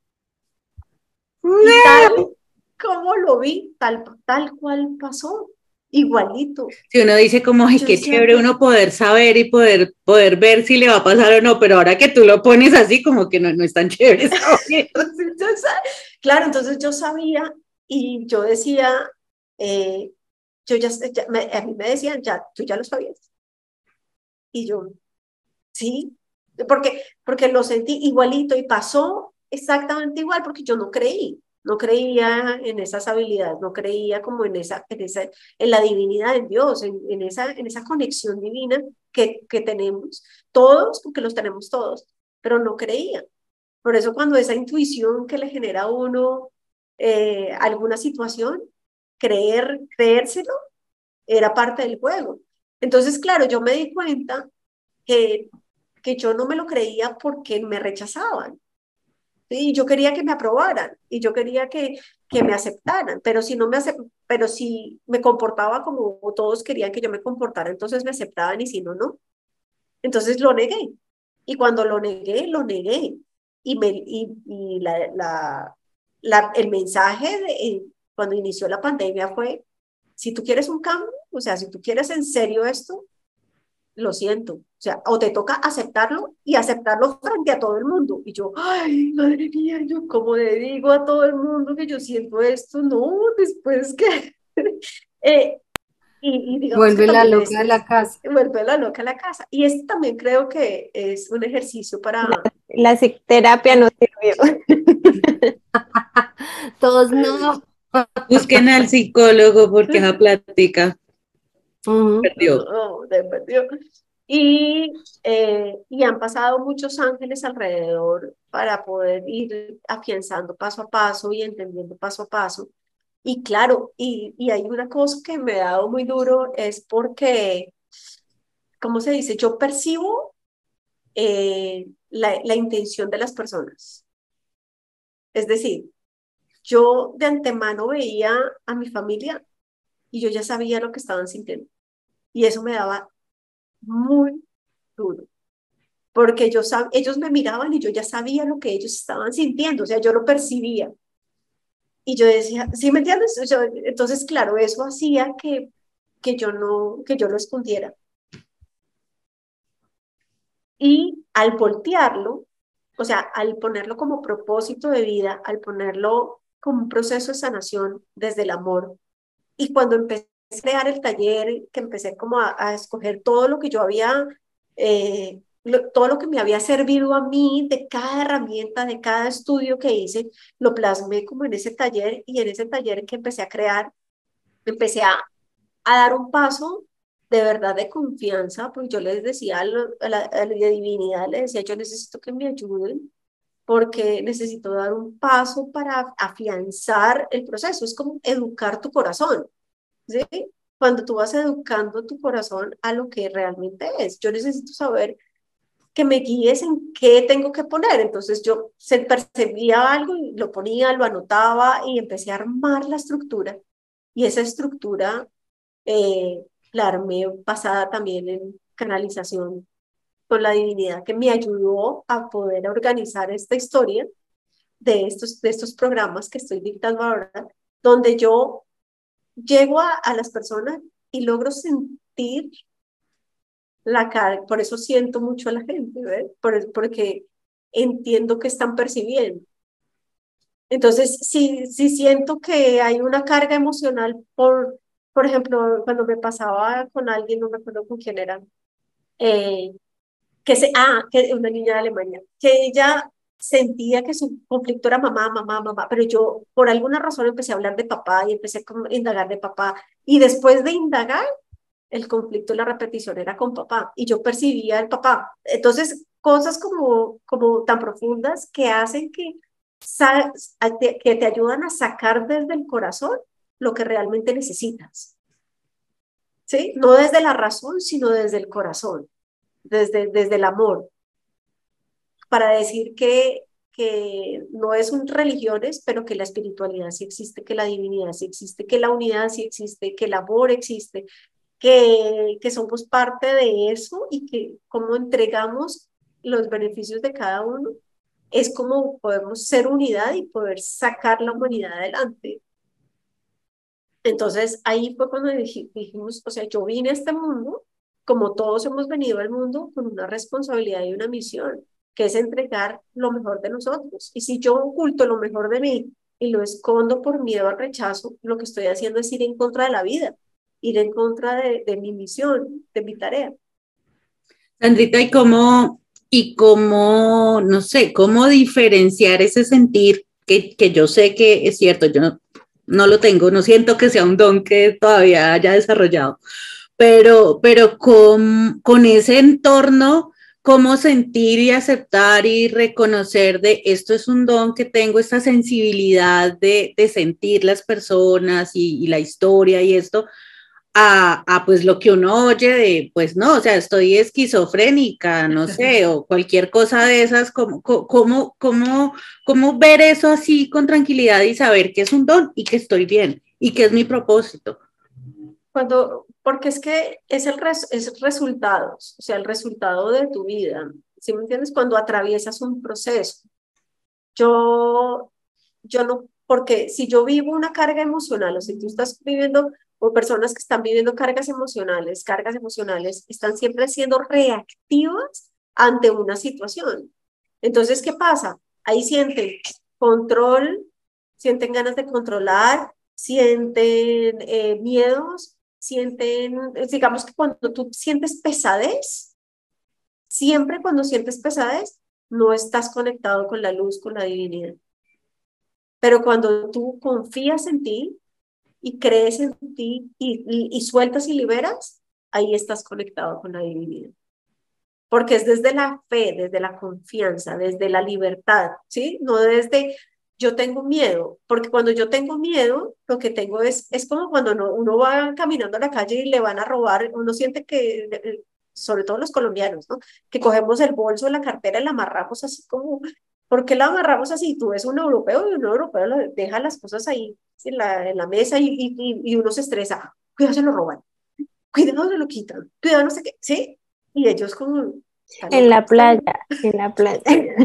y tal como lo vi, tal, tal cual pasó, igualito. Si uno dice como, Y ay, yo qué decía, chévere uno poder saber y poder, poder ver si le va a pasar o no, pero ahora que tú lo pones así, como que no, no es tan chévere saber. claro, entonces yo sabía y yo decía, eh, yo ya, ya me, a mí me decían, ya, tú ya lo sabías. Y yo, sí, porque, porque lo sentí igualito y pasó exactamente igual porque yo no creí, no creía en esas habilidades, no creía como en esa, en esa, en la divinidad de Dios, en, en esa, en esa conexión divina que, que tenemos todos, porque los tenemos todos, pero no creía. Por eso cuando esa intuición que le genera a uno eh, alguna situación, creer, creérselo, era parte del juego. Entonces, claro, yo me di cuenta que, que yo no me lo creía porque me rechazaban. ¿Sí? Y yo quería que me aprobaran y yo quería que, que me aceptaran, pero si no me acep pero si me comportaba como todos querían que yo me comportara, entonces me aceptaban y si no, no. Entonces lo negué. Y cuando lo negué, lo negué. Y, me, y, y la, la, la, el mensaje de, eh, cuando inició la pandemia fue, si tú quieres un cambio, o sea, si tú quieres en serio esto, lo siento. O sea, o te toca aceptarlo y aceptarlo frente a todo el mundo. Y yo, ay, madre mía, yo cómo le digo a todo el mundo que yo siento esto, no, después que... eh, y, y digamos que Vuelve la también loca es, de la es, casa. vuelve la loca a la casa. Y esto también creo que es un ejercicio para... La psicoterapia no sirvió. Todos no. Busquen al psicólogo porque esa plática Ujú. perdió. No, de perdió. Y, eh, y han pasado muchos ángeles alrededor para poder ir afianzando paso a paso y entendiendo paso a paso. Y claro, y, y hay una cosa que me ha dado muy duro, es porque, ¿cómo se dice? Yo percibo eh, la, la intención de las personas. Es decir, yo de antemano veía a mi familia y yo ya sabía lo que estaban sintiendo. Y eso me daba muy duro, porque yo sab ellos me miraban y yo ya sabía lo que ellos estaban sintiendo, o sea, yo lo percibía. Y yo decía, ¿sí me entiendes? O sea, entonces, claro, eso hacía que, que yo no, que yo lo escondiera. Y al voltearlo, o sea, al ponerlo como propósito de vida, al ponerlo como un proceso de sanación desde el amor, y cuando empecé a crear el taller, que empecé como a, a escoger todo lo que yo había, eh, lo, todo lo que me había servido a mí de cada herramienta, de cada estudio que hice, lo plasmé como en ese taller, y en ese taller que empecé a crear, empecé a, a dar un paso de verdad de confianza, porque yo les decía a, lo, a, la, a la divinidad, les decía, yo necesito que me ayuden porque necesito dar un paso para afianzar el proceso. Es como educar tu corazón, ¿sí? Cuando tú vas educando tu corazón a lo que realmente es. Yo necesito saber que me guíes en qué tengo que poner. Entonces yo se percibía algo y lo ponía, lo anotaba y empecé a armar la estructura. Y esa estructura eh, la armé basada también en canalización con la divinidad que me ayudó a poder organizar esta historia de estos, de estos programas que estoy dictando ahora, donde yo llego a, a las personas y logro sentir la cara, por eso siento mucho a la gente, ¿ves? Por, porque entiendo que están percibiendo. Entonces, si, si siento que hay una carga emocional por, por ejemplo, cuando me pasaba con alguien, no me acuerdo con quién era, eh, que se, ah, que una niña de Alemania, que ella sentía que su conflicto era mamá, mamá, mamá, pero yo por alguna razón empecé a hablar de papá y empecé a indagar de papá, y después de indagar, el conflicto, la repetición era con papá, y yo percibía el papá. Entonces, cosas como, como tan profundas que hacen que, que te ayudan a sacar desde el corazón lo que realmente necesitas, ¿sí? No desde la razón, sino desde el corazón, desde, desde el amor, para decir que, que no es un religiones, pero que la espiritualidad sí existe, que la divinidad sí existe, que la unidad sí existe, que el amor existe, que, que somos parte de eso, y que como entregamos los beneficios de cada uno, es como podemos ser unidad y poder sacar la humanidad adelante. Entonces ahí fue cuando dijimos, o sea, yo vine a este mundo, como todos hemos venido al mundo, con una responsabilidad y una misión, que es entregar lo mejor de nosotros. Y si yo oculto lo mejor de mí y lo escondo por miedo al rechazo, lo que estoy haciendo es ir en contra de la vida, ir en contra de, de mi misión, de mi tarea. Sandrita, ¿y cómo, y cómo, no sé, cómo diferenciar ese sentir que, que yo sé que es cierto, yo no, no lo tengo, no siento que sea un don que todavía haya desarrollado, pero, pero con, con ese entorno, cómo sentir y aceptar y reconocer de esto es un don que tengo, esta sensibilidad de, de sentir las personas y, y la historia y esto, a, a, pues lo que uno oye de, pues no, o sea, estoy esquizofrénica, no sé, o cualquier cosa de esas, ¿cómo, cómo, cómo, cómo ver eso así con tranquilidad y saber que es un don y que estoy bien y que es mi propósito? Cuando, porque es que es el res, es resultados, o sea, el resultado de tu vida, ¿sí me entiendes? Cuando atraviesas un proceso. Yo, yo no, porque si yo vivo una carga emocional, o si tú estás viviendo o personas que están viviendo cargas emocionales, cargas emocionales, están siempre siendo reactivas ante una situación. Entonces, ¿qué pasa? Ahí sienten control, sienten ganas de controlar, sienten eh, miedos, sienten, digamos que cuando tú sientes pesadez, siempre cuando sientes pesadez, no estás conectado con la luz, con la divinidad. Pero cuando tú confías en ti y crees en ti y, y, y sueltas y liberas, ahí estás conectado con la divinidad. Porque es desde la fe, desde la confianza, desde la libertad, ¿sí? No desde yo tengo miedo, porque cuando yo tengo miedo, lo que tengo es, es como cuando no, uno va caminando a la calle y le van a robar, uno siente que, sobre todo los colombianos, ¿no? Que cogemos el bolso, la cartera y la amarramos así como, ¿por qué la amarramos así? Tú ves un europeo y un europeo deja las cosas ahí en la, en la mesa y, y, y uno se estresa, cuidado se lo roban, cuidado se lo quitan, cuidado no sé qué, ¿sí? Y ellos como... En la playa, en la playa.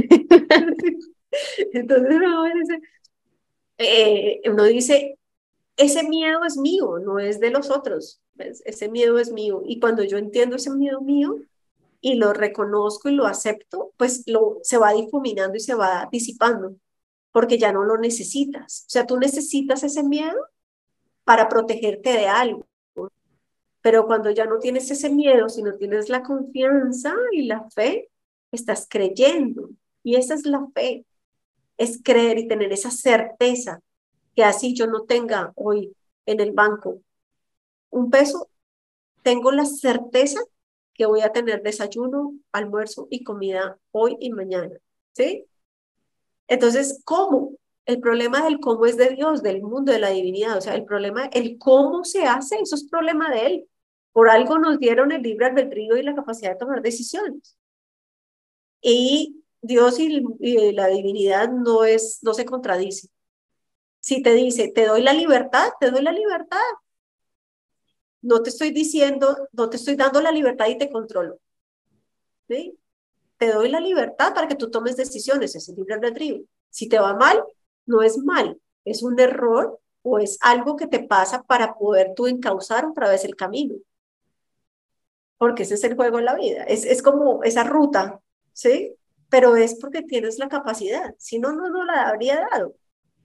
Entonces uno dice, eh, uno dice, ese miedo es mío, no es de los otros. ¿Ves? Ese miedo es mío. Y cuando yo entiendo ese miedo mío y lo reconozco y lo acepto, pues lo, se va difuminando y se va disipando, porque ya no lo necesitas. O sea, tú necesitas ese miedo para protegerte de algo. Pero cuando ya no tienes ese miedo, sino tienes la confianza y la fe, estás creyendo. Y esa es la fe, es creer y tener esa certeza que así yo no tenga hoy en el banco un peso, tengo la certeza que voy a tener desayuno, almuerzo y comida hoy y mañana. ¿Sí? Entonces, ¿cómo? El problema del cómo es de Dios, del mundo, de la divinidad. O sea, el problema, el cómo se hace, eso es problema de Él. Por algo nos dieron el libre albedrío y la capacidad de tomar decisiones. Y Dios y, y la divinidad no, es, no se contradice. Si te dice, te doy la libertad, te doy la libertad. No te estoy diciendo, no te estoy dando la libertad y te controlo. ¿Sí? Te doy la libertad para que tú tomes decisiones, es el libre albedrío. Si te va mal, no es mal, es un error o es algo que te pasa para poder tú encauzar otra vez el camino. Porque ese es el juego de la vida, es, es como esa ruta, ¿sí? Pero es porque tienes la capacidad, si no, no, no la habría dado.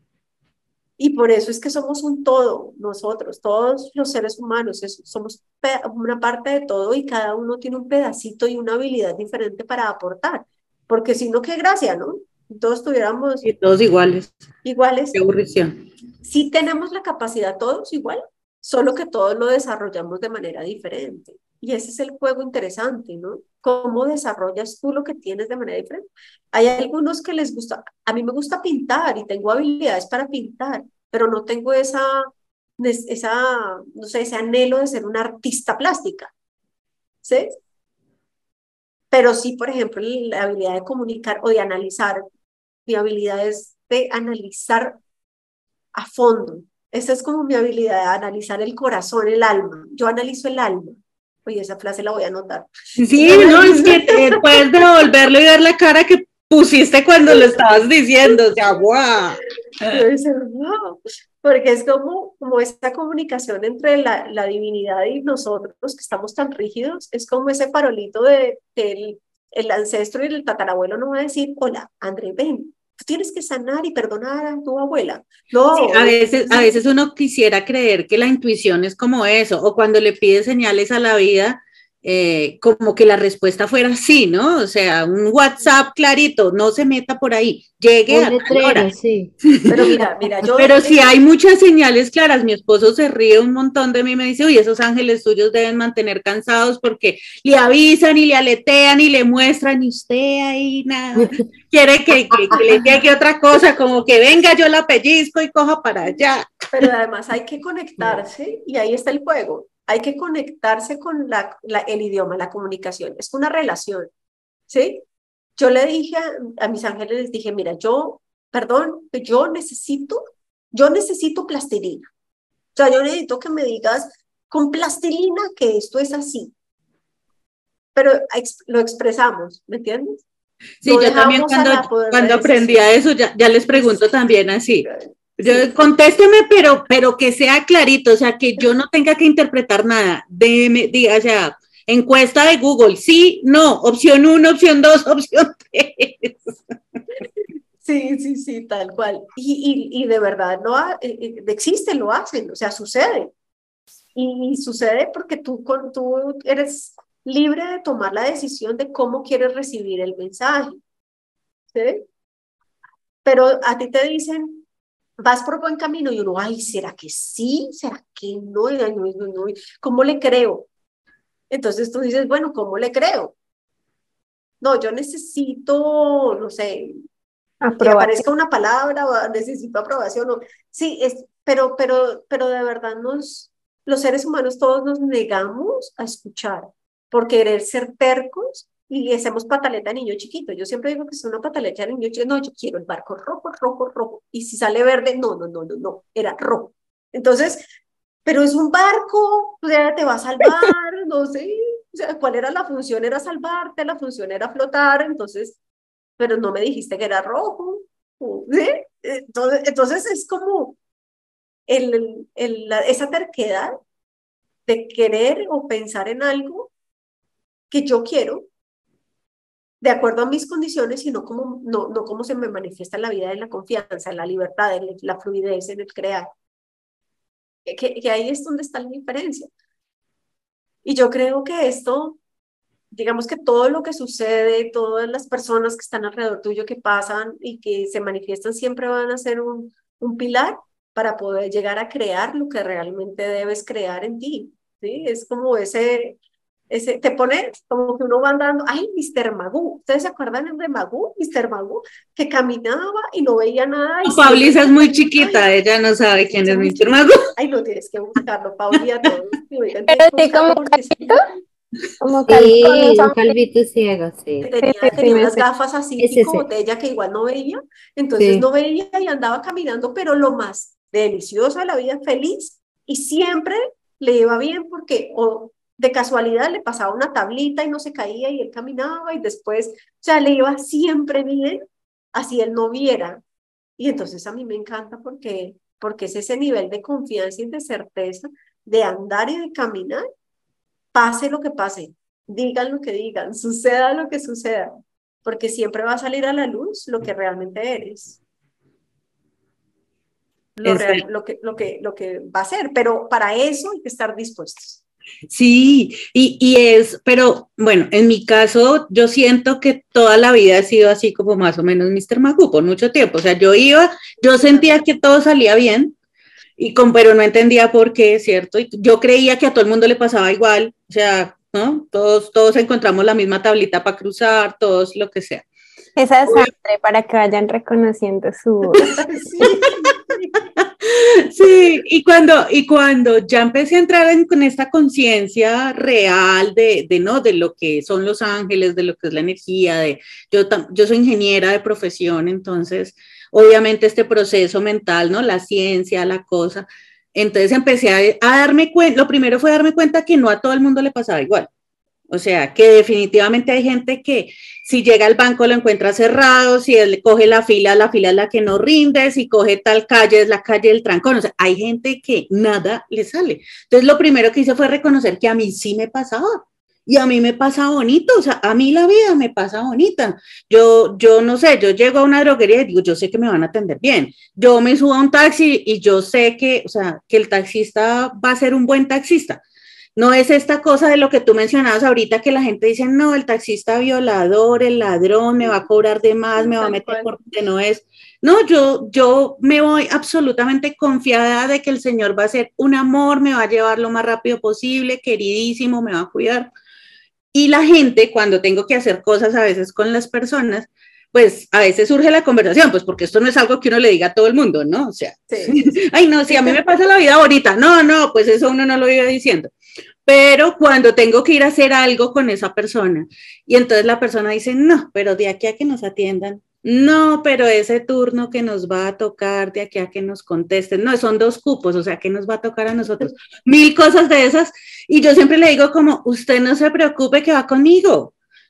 Y por eso es que somos un todo, nosotros, todos los seres humanos, es, somos una parte de todo y cada uno tiene un pedacito y una habilidad diferente para aportar. Porque si no, qué gracia, ¿no? Todos tuviéramos... Y todos iguales. Iguales. Qué aburrición. Sí tenemos la capacidad todos igual, solo que todos lo desarrollamos de manera diferente. Y ese es el juego interesante, ¿no? ¿Cómo desarrollas tú lo que tienes de manera diferente? Hay algunos que les gusta, a mí me gusta pintar y tengo habilidades para pintar, pero no tengo esa, esa no sé, ese anhelo de ser una artista plástica, ¿sí? Pero sí, por ejemplo, la habilidad de comunicar o de analizar, mi habilidad es de analizar a fondo. Esa es como mi habilidad, de analizar el corazón, el alma. Yo analizo el alma. Oye, esa frase la voy a anotar. Sí, no, es que te puedes devolverlo y ver la cara que pusiste cuando lo estabas diciendo, o sea, guau. Wow. Porque es como, como esta comunicación entre la, la divinidad y nosotros, que estamos tan rígidos, es como ese farolito de que el, el ancestro y el tatarabuelo no va a decir, hola, André, ven, tú tienes que sanar y perdonar a tu abuela. No. Sí, a veces, a veces uno quisiera creer que la intuición es como eso, o cuando le pide señales a la vida, eh, como que la respuesta fuera sí, ¿no? O sea, un WhatsApp clarito, no se meta por ahí, llegue Un a letrero, tal hora. sí. Pero mira, mira, yo... Pero si hay muchas señales claras, mi esposo se ríe un montón de mí y me dice, uy, esos ángeles tuyos deben mantener cansados porque le avisan y le aletean y le muestran y usted ahí nada, quiere que, que, que le llegue otra cosa, como que venga yo la pellizco y coja para allá. Pero además hay que conectarse y ahí está el juego. Hay que conectarse con la, la, el idioma, la comunicación. Es una relación, ¿sí? Yo le dije a, a mis ángeles, les dije, mira, yo, perdón, yo necesito, yo necesito plastilina. O sea, yo necesito que me digas con plastilina que esto es así. Pero ex, lo expresamos, ¿me entiendes? Sí, no yo también cuando, cuando aprendí a eso, ya, ya les pregunto también así. Yo, Sí, contésteme, pero, pero que sea clarito, o sea, que yo no tenga que interpretar nada. Deme, diga, o sea, encuesta de Google, sí, no, opción uno, opción dos, opción tres. sí, sí, sí, tal cual. Y, y, y de verdad, no ha- eh, eh, existe, lo hacen, o sea, sucede. Y, y sucede porque tú, con, tú eres libre de tomar la decisión de cómo quieres recibir el mensaje, ¿sí? Pero a ti te dicen, vas por buen camino y uno, ay, ¿será que sí? ¿Será que no? Ay, no, no, no. ¿Cómo le creo? Entonces tú dices, bueno, ¿cómo le creo? No, yo necesito, no sé, que Aprobación. aparezca una palabra o necesito aprobación. O, sí, es, pero, pero, pero de verdad nos, los seres humanos todos nos negamos a escuchar por querer ser tercos y hacemos pataleta de niño chiquito. Yo siempre digo que es una pataleta de niño chiquito. No, yo quiero el barco rojo, rojo, rojo. Y si sale verde, no, no, no, no, no, era rojo. Entonces, pero es un barco, o sea, te va a salvar, no sé, o sea, ¿cuál era la función? Era salvarte, la función era flotar, entonces pero no me dijiste que era rojo. ¿Sí? Entonces, entonces es como el, el, la, esa terquedad de querer o pensar en algo que yo quiero de acuerdo a mis condiciones y no como, no, no como se me manifiesta en la vida, en la confianza, en la libertad, en la fluidez, en el crear. Que, que ahí es donde está la diferencia. Y yo creo que esto, digamos que todo lo que sucede, todas las personas que están alrededor tuyo que pasan y que se manifiestan siempre van a ser un, un pilar para poder llegar a crear lo que realmente debes crear en ti, ¿sí? Es como ese, ese, te pone como que uno va andando, ay, mister Magoo, ¿ustedes se acuerdan de Magoo, mister Magoo, que caminaba y no veía nada y siempre Paulisa es muy estaba, ay, chiquita, ella no sabe quién esa es muy mi Mago. chiquita, ay, no tienes que buscarlo, Pauli, a todos, oigan, tienes Pero que sí, como buscarlo porque es como calvo con un Sí, un sombrero. calvito ciego, que sí. Sí, tenía, sí, sí, tenía me unas sé. gafas así Es tipo ese, botella que igual no veía, entonces no sí. veía y andaba caminando, pero lo más delicioso de la vida, feliz, y siempre le iba bien porque o de casualidad le pasaba una tablita y no se caía y él caminaba y después, o sea, le iba siempre bien, así él no viera. Y entonces a mí me encanta porque, porque es ese nivel de confianza y de certeza de andar y de caminar pase lo que pase, digan lo que digan, suceda lo que suceda, porque siempre va a salir a la luz lo que realmente eres, lo, Es, real, lo, que, lo, que, lo que va a ser, pero para eso hay que estar dispuestos. sí, y, y es, pero bueno, en mi caso yo siento que toda la vida ha sido así como más o menos mister Magoo por mucho tiempo, o sea, yo iba, yo Yo sentía también. que todo salía bien, y con, pero no entendía por qué, ¿cierto? Y yo creía que a todo el mundo le pasaba igual, o sea, ¿no? Todos, todos encontramos la misma tablita para cruzar, todos lo que sea. Esa es sangre para que vayan reconociendo su voz. Sí, sí, sí. Sí, y cuando, y cuando ya empecé a entrar en, con esta conciencia real de, de, ¿no? De lo que son los ángeles, de lo que es la energía, de, yo, yo soy ingeniera de profesión, entonces, obviamente este proceso mental, ¿no? La ciencia, la cosa, entonces empecé a, a darme cuenta, lo primero fue darme cuenta que no a todo el mundo le pasaba igual. O sea, que definitivamente hay gente que si llega al banco lo encuentra cerrado, si él coge la fila, la fila es la que no rinde, si coge tal calle es la calle del trancón. O sea, hay gente que nada le sale. Entonces, lo primero que hice fue reconocer que a mí sí me pasaba. Y a mí me pasa bonito, o sea, a mí la vida me pasa bonita. Yo, yo no sé, yo llego a una droguería y digo, yo sé que me van a atender bien. Yo me subo a un taxi y yo sé que, o sea, que el taxista va a ser un buen taxista. No es esta cosa de lo que tú mencionabas ahorita, que la gente dice, no, el taxista violador, el ladrón, me va a cobrar de más, Sí, me va a tal meter cual. por donde no es. No, yo, yo me voy absolutamente confiada de que el Señor va a ser un amor, me va a llevar lo más rápido posible, queridísimo, me va a cuidar. Y la gente, cuando tengo que hacer cosas a veces con las personas, pues a veces surge la conversación, pues porque esto no es algo que uno le diga a todo el mundo, ¿no? O sea, Sí, sí, sí. ay, no, si a mí me pasa la vida bonita, no, no, pues eso uno no lo iba diciendo. Pero cuando tengo que ir a hacer algo con esa persona y entonces la persona dice, no, pero de aquí a que nos atiendan, no, pero ese turno que nos va a tocar, de aquí a que nos contesten, no, son dos cupos, o sea, ¿qué nos va a tocar a nosotros? Mil cosas de esas. Y yo siempre le digo como, usted no se preocupe que va conmigo.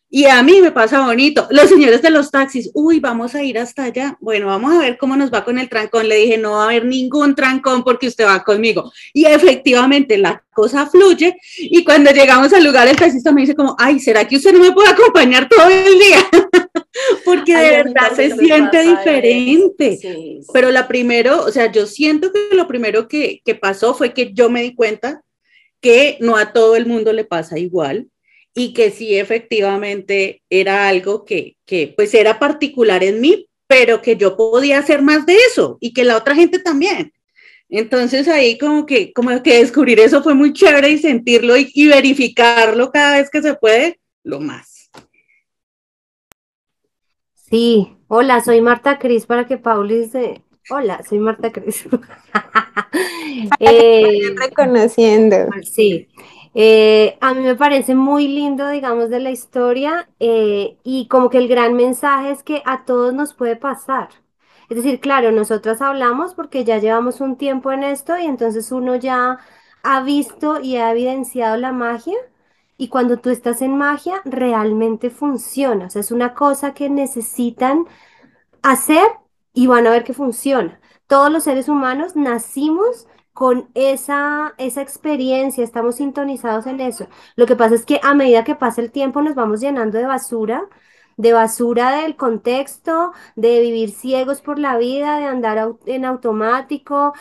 Y a mí me pasa bonito. Los señores de los taxis, uy, vamos a ir hasta allá. Bueno, vamos a ver cómo nos va con el trancón. Le dije, no va a haber ningún trancón porque usted va conmigo. Y efectivamente la cosa fluye. Y cuando llegamos al lugar, el taxista me dice como, ay, ¿será que usted no me puede acompañar todo el día? Porque de Ay, verdad se siente diferente. Sí, sí. Pero la primero, o sea, yo siento que lo primero que, que pasó fue que yo me di cuenta que no a todo el mundo le pasa igual y que sí efectivamente era algo que, que pues era particular en mí, pero que yo podía hacer más de eso y que la otra gente también. Entonces ahí como que, como que descubrir eso fue muy chévere y sentirlo y, y verificarlo cada vez que se puede, lo más. Sí, hola, soy Marta Cris para que Paulis se... Hola, soy Marta Cris. eh, reconociendo. Sí, eh, a mí me parece muy lindo, digamos, de la historia eh, y como que el gran mensaje es que a todos nos puede pasar. Es decir, claro, nosotras hablamos porque ya llevamos un tiempo en esto y entonces uno ya ha visto y ha evidenciado la magia y cuando tú estás en magia realmente funciona. O sea, es una cosa que necesitan hacer y van a ver que funciona. Todos los seres humanos nacimos con esa, esa experiencia, estamos sintonizados en eso. Lo que pasa es que a medida que pasa el tiempo nos vamos llenando de basura, de basura del contexto, de vivir ciegos por la vida, de andar au- en automático,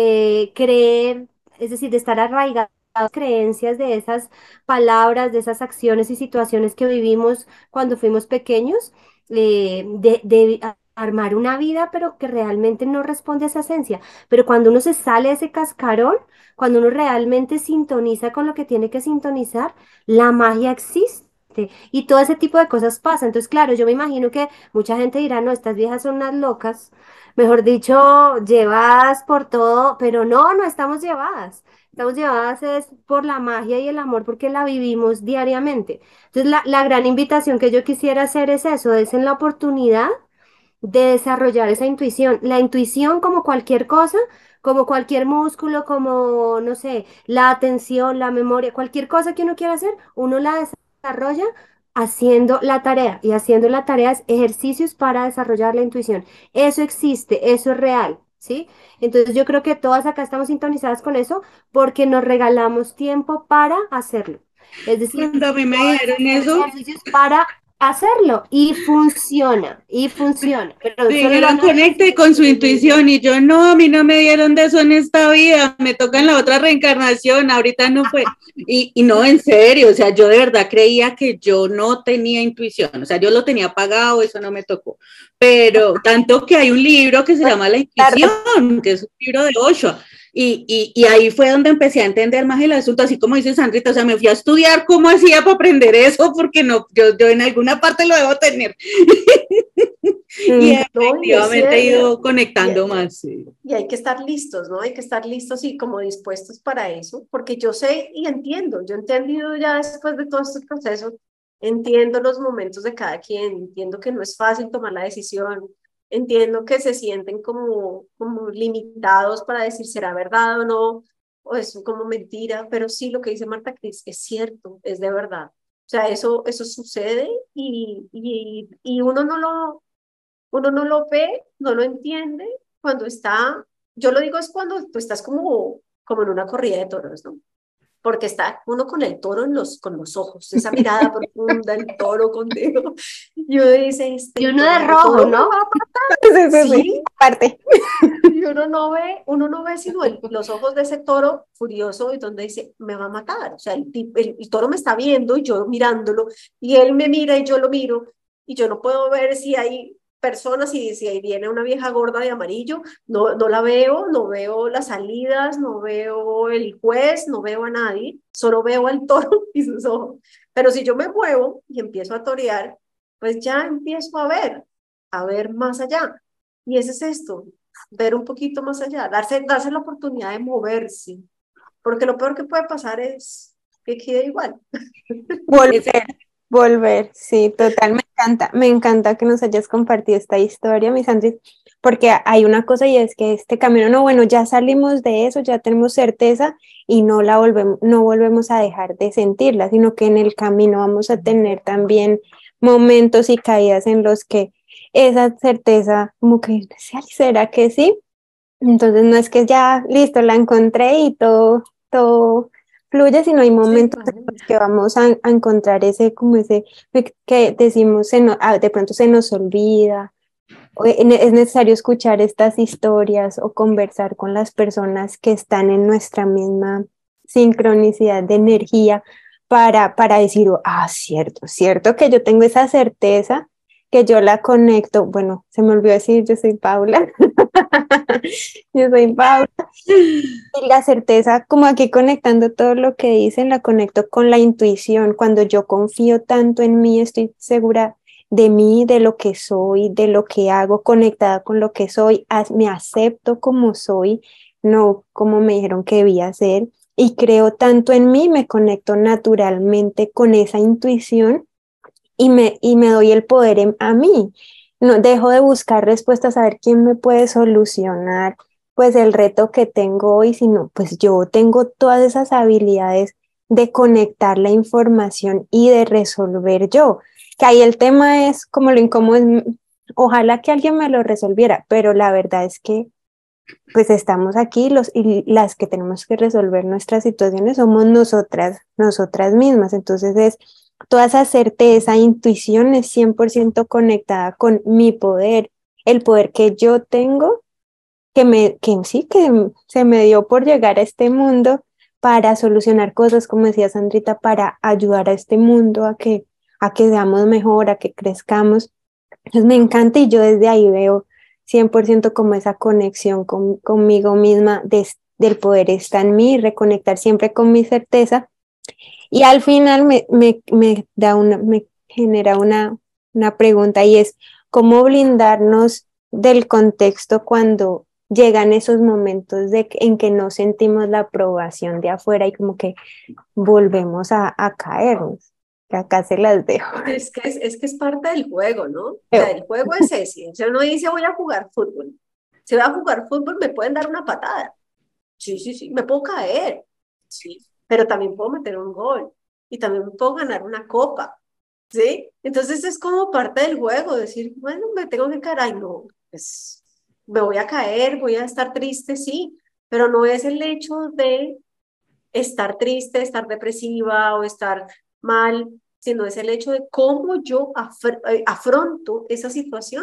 de creer, es decir, de estar arraigados a creencias de esas palabras, de esas acciones y situaciones que vivimos cuando fuimos pequeños, eh, de, de armar una vida, pero que realmente no responde a esa esencia. Pero cuando uno se sale de ese cascarón, cuando uno realmente sintoniza con lo que tiene que sintonizar, la magia existe. Y todo ese tipo de cosas pasa. Entonces, claro, yo me imagino que mucha gente dirá, no, estas viejas son unas locas. Mejor dicho, llevadas por todo, pero no, no estamos llevadas. Estamos llevadas es por la magia y el amor porque la vivimos diariamente. Entonces, la, la gran invitación que yo quisiera hacer es eso, es en la oportunidad de desarrollar esa intuición. La intuición, como cualquier cosa, como cualquier músculo, como, no sé, la atención, la memoria, cualquier cosa que uno quiera hacer, uno la desarrolla haciendo la tarea. Y haciendo la tarea es ejercicios para desarrollar la intuición. Eso existe, eso es real, ¿sí? Entonces yo creo que todas acá estamos sintonizadas con eso porque nos regalamos tiempo para hacerlo. Es decir, Cuando a mí me todas dijeron hacemos eso, ejercicios para hacerlo y funciona, y funciona, pero me solo lo dijeron no conecte con su intuición y yo no, a mí no me dieron de eso en esta vida, me toca en la otra reencarnación, ahorita no fue. Y, y no, en serio, o sea, yo de verdad creía que yo no tenía intuición, o sea, yo lo tenía pagado, eso no me tocó. Pero tanto que hay un libro que se llama La Intuición, que es un libro de Osho. Y, y, y ahí fue donde empecé a entender más el asunto, así como dice Sandrita, o sea, me fui a estudiar cómo hacía para aprender eso, porque no, yo, yo en alguna parte lo debo tener. Y efectivamente he ido conectando y, más. Sí. Y hay que estar listos, ¿no? Hay que estar listos y como dispuestos para eso, porque yo sé y entiendo, yo he entendido ya después de todo este proceso, entiendo los momentos de cada quien, entiendo que no es fácil tomar la decisión, entiendo que se sienten como, como limitados para decir será verdad o no, o es como mentira, pero sí lo que dice Marta Cris es cierto, es de verdad. O sea, eso, eso sucede y, y, y uno no lo, uno no lo ve, no lo entiende cuando está, yo lo digo es cuando tú estás como, como en una corrida de toros, ¿no? Porque está uno con el toro en los, con los ojos, esa mirada profunda, el toro contigo, y uno dice, este y uno toro, de el rojo, toro ¿no? me va a matar, Sí, sí, sí, ¿sí? parte. Y uno no ve, uno no ve sino el, los ojos de ese toro furioso y donde dice, me va a matar, o sea, el, el, el toro me está viendo y yo mirándolo, y él me mira y yo lo miro, y yo no puedo ver si hay personas y si ahí viene una vieja gorda de amarillo, no, no la veo, no veo las salidas, no veo el juez, no veo a nadie, solo veo al toro y sus ojos. Pero si yo me muevo y empiezo a torear, pues ya empiezo a ver, a ver más allá. Y ese es esto, ver un poquito más allá, darse, darse la oportunidad de moverse, porque lo peor que puede pasar es que quede igual. Volver, volver, sí, total, me encanta, me encanta que nos hayas compartido esta historia, mis Andrés, porque hay una cosa y es que este camino, no, bueno, ya salimos de eso, ya tenemos certeza y no la volvemos, no volvemos a dejar de sentirla, sino que en el camino vamos a tener también momentos y caídas en los que esa certeza, como que, ¿será que sí? Entonces no es que ya, listo, la encontré y todo, todo fluye, sino hay momentos Sí, en los que vamos a, a encontrar ese, como ese, que decimos, se no- ah, de pronto se nos olvida, o e- es necesario escuchar estas historias o conversar con las personas que están en nuestra misma sincronicidad de energía para, para decir, oh, ah, cierto, cierto que yo tengo esa certeza, que yo la conecto, bueno, se me olvidó decir, yo soy Paula, yo soy Paula, y la certeza, como aquí conectando todo lo que dicen, la conecto con la intuición. Cuando yo confío tanto en mí, estoy segura de mí, de lo que soy, de lo que hago, conectada con lo que soy, as- me acepto como soy, no como me dijeron que debía ser, y creo tanto en mí, me conecto naturalmente con esa intuición y me, y me doy el poder en- a mí. No dejo de buscar respuestas a ver quién me puede solucionar pues el reto que tengo hoy, sino pues yo tengo todas esas habilidades de conectar la información y de resolver yo. Que ahí el tema es como lo incómodo es, mm, ojalá que alguien me lo resolviera, pero la verdad es que pues estamos aquí los, y las que tenemos que resolver nuestras situaciones somos nosotras, nosotras mismas. Entonces es toda esa certeza, intuición es cien por ciento conectada con mi poder, el poder que yo tengo, que me, que sí, que se me dio por llegar a este mundo para solucionar cosas, como decía Sandrita, para ayudar a este mundo a que, a que seamos mejor, a que crezcamos. Entonces me encanta y yo desde ahí veo cien por ciento como esa conexión con, conmigo misma, de, del poder está en mí, reconectar siempre con mi certeza y al final me, me, me da una, me genera una, una pregunta y es cómo blindarnos del contexto cuando llegan esos momentos de, en que no sentimos la aprobación de afuera y como que volvemos a, a caernos. Que acá se las dejo. es que es, es que es parte del juego, ¿no? O sea, el juego es ese. O sea, uno dice voy a jugar fútbol. Si voy a jugar fútbol, me pueden dar una patada. Sí, sí, sí, me puedo caer. Sí, pero también puedo meter un gol. Y también puedo ganar una copa. ¿Sí? Entonces es como parte del juego, decir, bueno, me tengo que caer, ay, no, pues me voy a caer, voy a estar triste, sí, pero no es el hecho de estar triste, estar depresiva o estar mal, sino es el hecho de cómo yo afr eh, afronto esa situación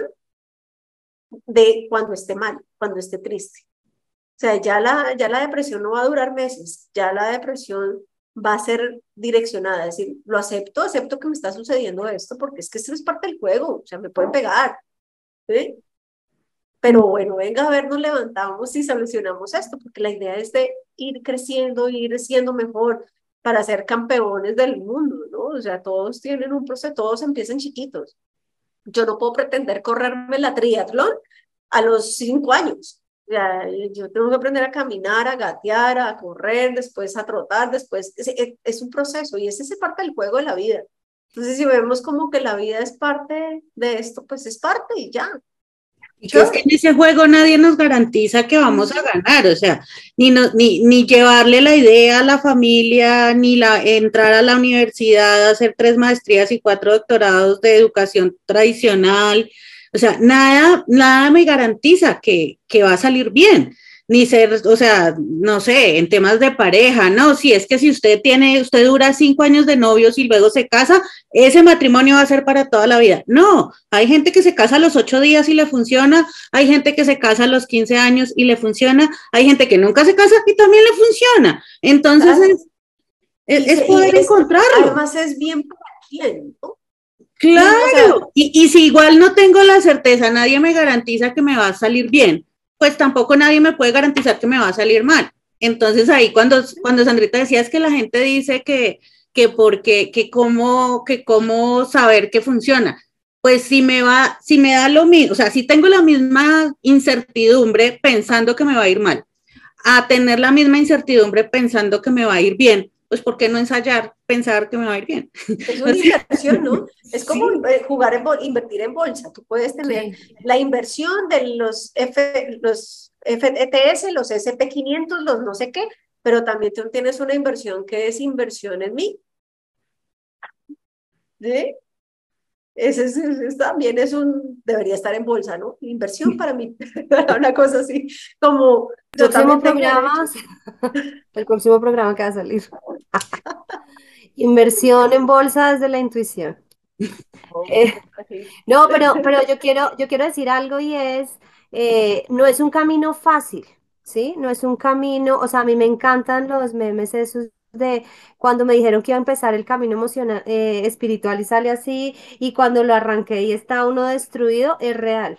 de cuando esté mal, cuando esté triste. O sea, ya la, ya la depresión no va a durar meses, ya la depresión va a ser direccionada, es decir, lo acepto, acepto que me está sucediendo esto, porque es que esto es parte del juego, o sea, me pueden pegar, ¿sí? Pero bueno, venga a ver, nos levantamos y solucionamos esto, porque la idea es de ir creciendo, ir siendo mejor para ser campeones del mundo, ¿no? O sea, todos tienen un proceso, todos empiezan chiquitos. Yo no puedo pretender correrme la triatlón a los cinco años. O sea, yo tengo que aprender a caminar, a gatear, a correr, después a trotar, después es, es, es un proceso y ese es parte del juego de la vida. Entonces, si vemos como que la vida es parte de esto, pues es parte y ya. Y que es que Yo, en ese juego nadie nos garantiza que vamos a ganar, o sea, ni, no, ni, ni llevarle la idea a la familia, ni la, entrar a la universidad, hacer tres maestrías y cuatro doctorados de educación tradicional, o sea, nada, nada me garantiza que, que va a salir bien, ni ser, o sea, no sé, en temas de pareja, no, si es que si usted tiene, usted dura cinco años de novios y luego se casa, ese matrimonio va a ser para toda la vida. No, hay gente que se casa a los ocho días y le funciona, hay gente que se casa a los quince años y le funciona, hay gente que nunca se casa y también le funciona. Entonces claro, es, es, y, es se, y poder es, encontrarlo. además es bien para quién, ¿no? Bien, o sea, Claro, y, y si igual no tengo la certeza, nadie me garantiza que me va a salir bien, pues tampoco nadie me puede garantizar que me va a salir mal. Entonces ahí cuando, cuando Sandrita decía es que la gente dice que, que porque, que cómo, que cómo saber que funciona, pues si me va, si me da lo mismo, o sea, si tengo la misma incertidumbre pensando que me va a ir mal, a tener la misma incertidumbre pensando que me va a ir bien, pues ¿por qué no ensayar, pensar que me va a ir bien? Es una inversión, ¿no? Es como sí. jugar en invertir en bolsa. Tú puedes tener sí. la inversión de los, F, los F T S, los S and P quinientos, los no sé qué, pero también tú tienes una inversión que es inversión en mí. ¿Sí? Ese, es, ese también es un, debería estar en bolsa, ¿no? Inversión para mí, una cosa así, como yo también programa, el próximo programa que va a salir. Inversión en bolsa desde la intuición. Oh, eh, no, pero, pero yo quiero, yo quiero decir algo y es, eh, no es un camino fácil, ¿sí? No es un camino, o sea, a mí me encantan los memes esos de cuando me dijeron que iba a empezar el camino emocional, eh, espiritual y sale así, y cuando lo arranqué y está uno destruido, es real.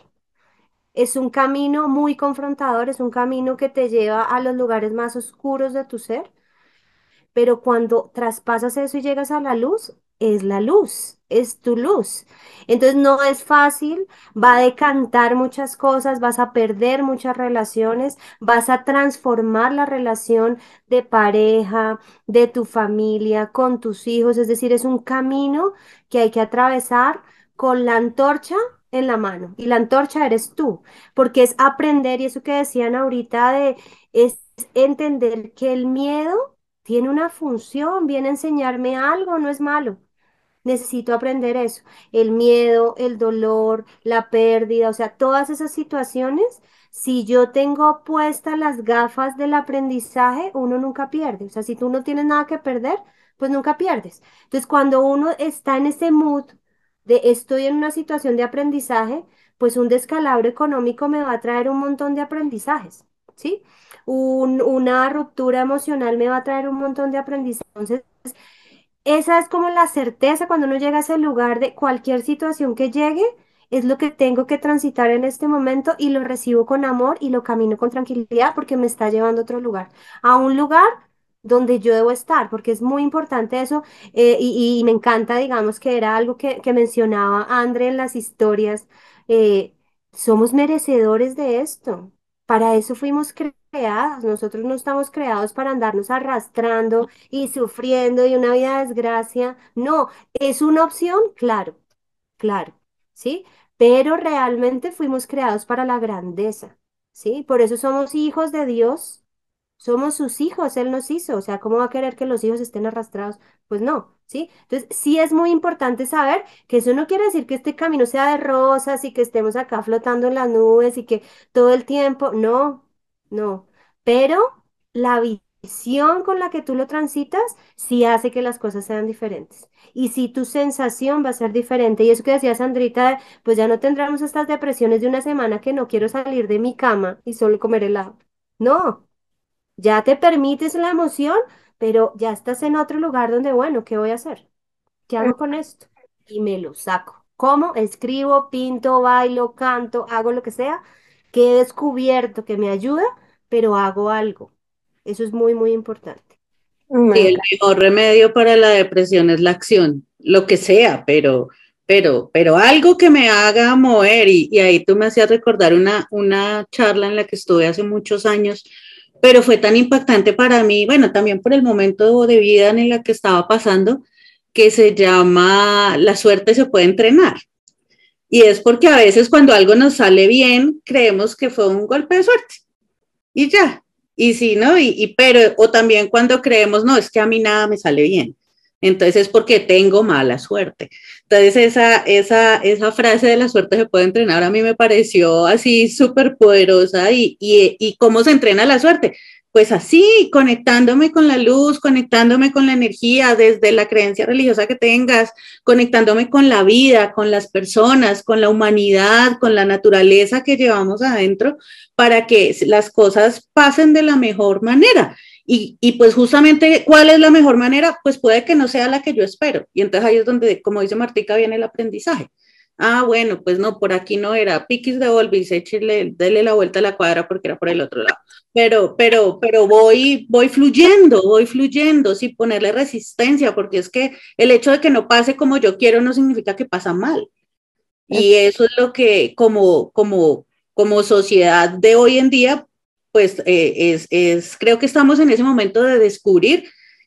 Es un camino muy confrontador, es un camino que te lleva a los lugares más oscuros de tu ser, pero cuando traspasas eso y llegas a la luz, es la luz, es tu luz. Entonces no es fácil, va a decantar muchas cosas, vas a perder muchas relaciones, vas a transformar la relación de pareja, de tu familia, con tus hijos, es decir, es un camino que hay que atravesar con la antorcha en la mano y la antorcha eres tú, porque es aprender y eso que decían ahorita de es entender que el miedo tiene una función, viene a enseñarme algo, no es malo. Necesito aprender eso. El miedo, el dolor, la pérdida, o sea, todas esas situaciones, si yo tengo puestas las gafas del aprendizaje, uno nunca pierde. O sea, si tú no tienes nada que perder, pues nunca pierdes. Entonces, cuando uno está en ese mood de estoy en una situación de aprendizaje, pues un descalabro económico me va a traer un montón de aprendizajes, ¿sí? Un, una ruptura emocional me va a traer un montón de aprendizajes. Entonces, esa es como la certeza cuando uno llega a ese lugar de cualquier situación que llegue, es lo que tengo que transitar en este momento y lo recibo con amor y lo camino con tranquilidad porque me está llevando a otro lugar, a un lugar donde yo debo estar, porque es muy importante eso eh, y, y me encanta, digamos, que era algo que, que mencionaba André en las historias, eh, somos merecedores de esto. Para eso fuimos creados. Nosotros no estamos creados para andarnos arrastrando y sufriendo y una vida de desgracia. No, es una opción, claro, claro, ¿sí? Pero realmente fuimos creados para la grandeza, ¿sí? Por eso somos hijos de Dios. Somos sus hijos, Él nos hizo, o sea, ¿cómo va a querer que los hijos estén arrastrados? Pues no, ¿sí? Entonces, sí es muy importante saber que eso no quiere decir que este camino sea de rosas y que estemos acá flotando en las nubes y que todo el tiempo, no, no, pero la visión con la que tú lo transitas sí hace que las cosas sean diferentes. Y si tu sensación va a ser diferente, y eso que decía Sandrita, pues ya no tendremos estas depresiones de una semana que no quiero salir de mi cama y solo comer helado. No. Ya te permites la emoción, pero ya estás en otro lugar donde, bueno, ¿qué voy a hacer? ¿Qué hago con esto? Y me lo saco. ¿Cómo? Escribo, pinto, bailo, canto, hago lo que sea, que he descubierto que me ayuda, pero hago algo. Eso es muy, muy importante. Sí, el mejor remedio para la depresión es la acción, lo que sea, pero, pero, pero algo que me haga mover. Y, y ahí tú me hacías recordar una, una charla en la que estuve hace muchos años, pero fue tan impactante para mí, bueno, también por el momento de vida en el que estaba pasando, que se llama La suerte se puede entrenar. Y es porque a veces cuando algo nos sale bien, creemos que fue un golpe de suerte. Y ya. Y sí, ¿no? Y, y pero, o también cuando creemos, no, es que a mí nada me sale bien. Entonces es porque tengo mala suerte. Entonces esa, esa, esa frase de la suerte se puede entrenar a mí me pareció así súper poderosa. Y, y, y ¿cómo se entrena la suerte? Pues así, conectándome con la luz, conectándome con la energía desde la creencia religiosa que tengas, conectándome con la vida, con las personas, con la humanidad, con la naturaleza que llevamos adentro para que las cosas pasen de la mejor manera. Y, y pues justamente, ¿cuál es la mejor manera? Pues puede que no sea la que yo espero. Y entonces ahí es donde, como dice Martica, viene el aprendizaje. Ah, bueno, pues no, por aquí no era, piquis de Volvis, échale, dele la vuelta a la cuadra porque era por el otro lado. Pero, pero, pero voy, voy fluyendo, voy fluyendo, sin ponerle resistencia, porque es que el hecho de que no pase como yo quiero no significa que pasa mal. Y eso es lo que como, como, como sociedad de hoy en día, pues eh, es, es, creo que estamos en ese momento de descubrir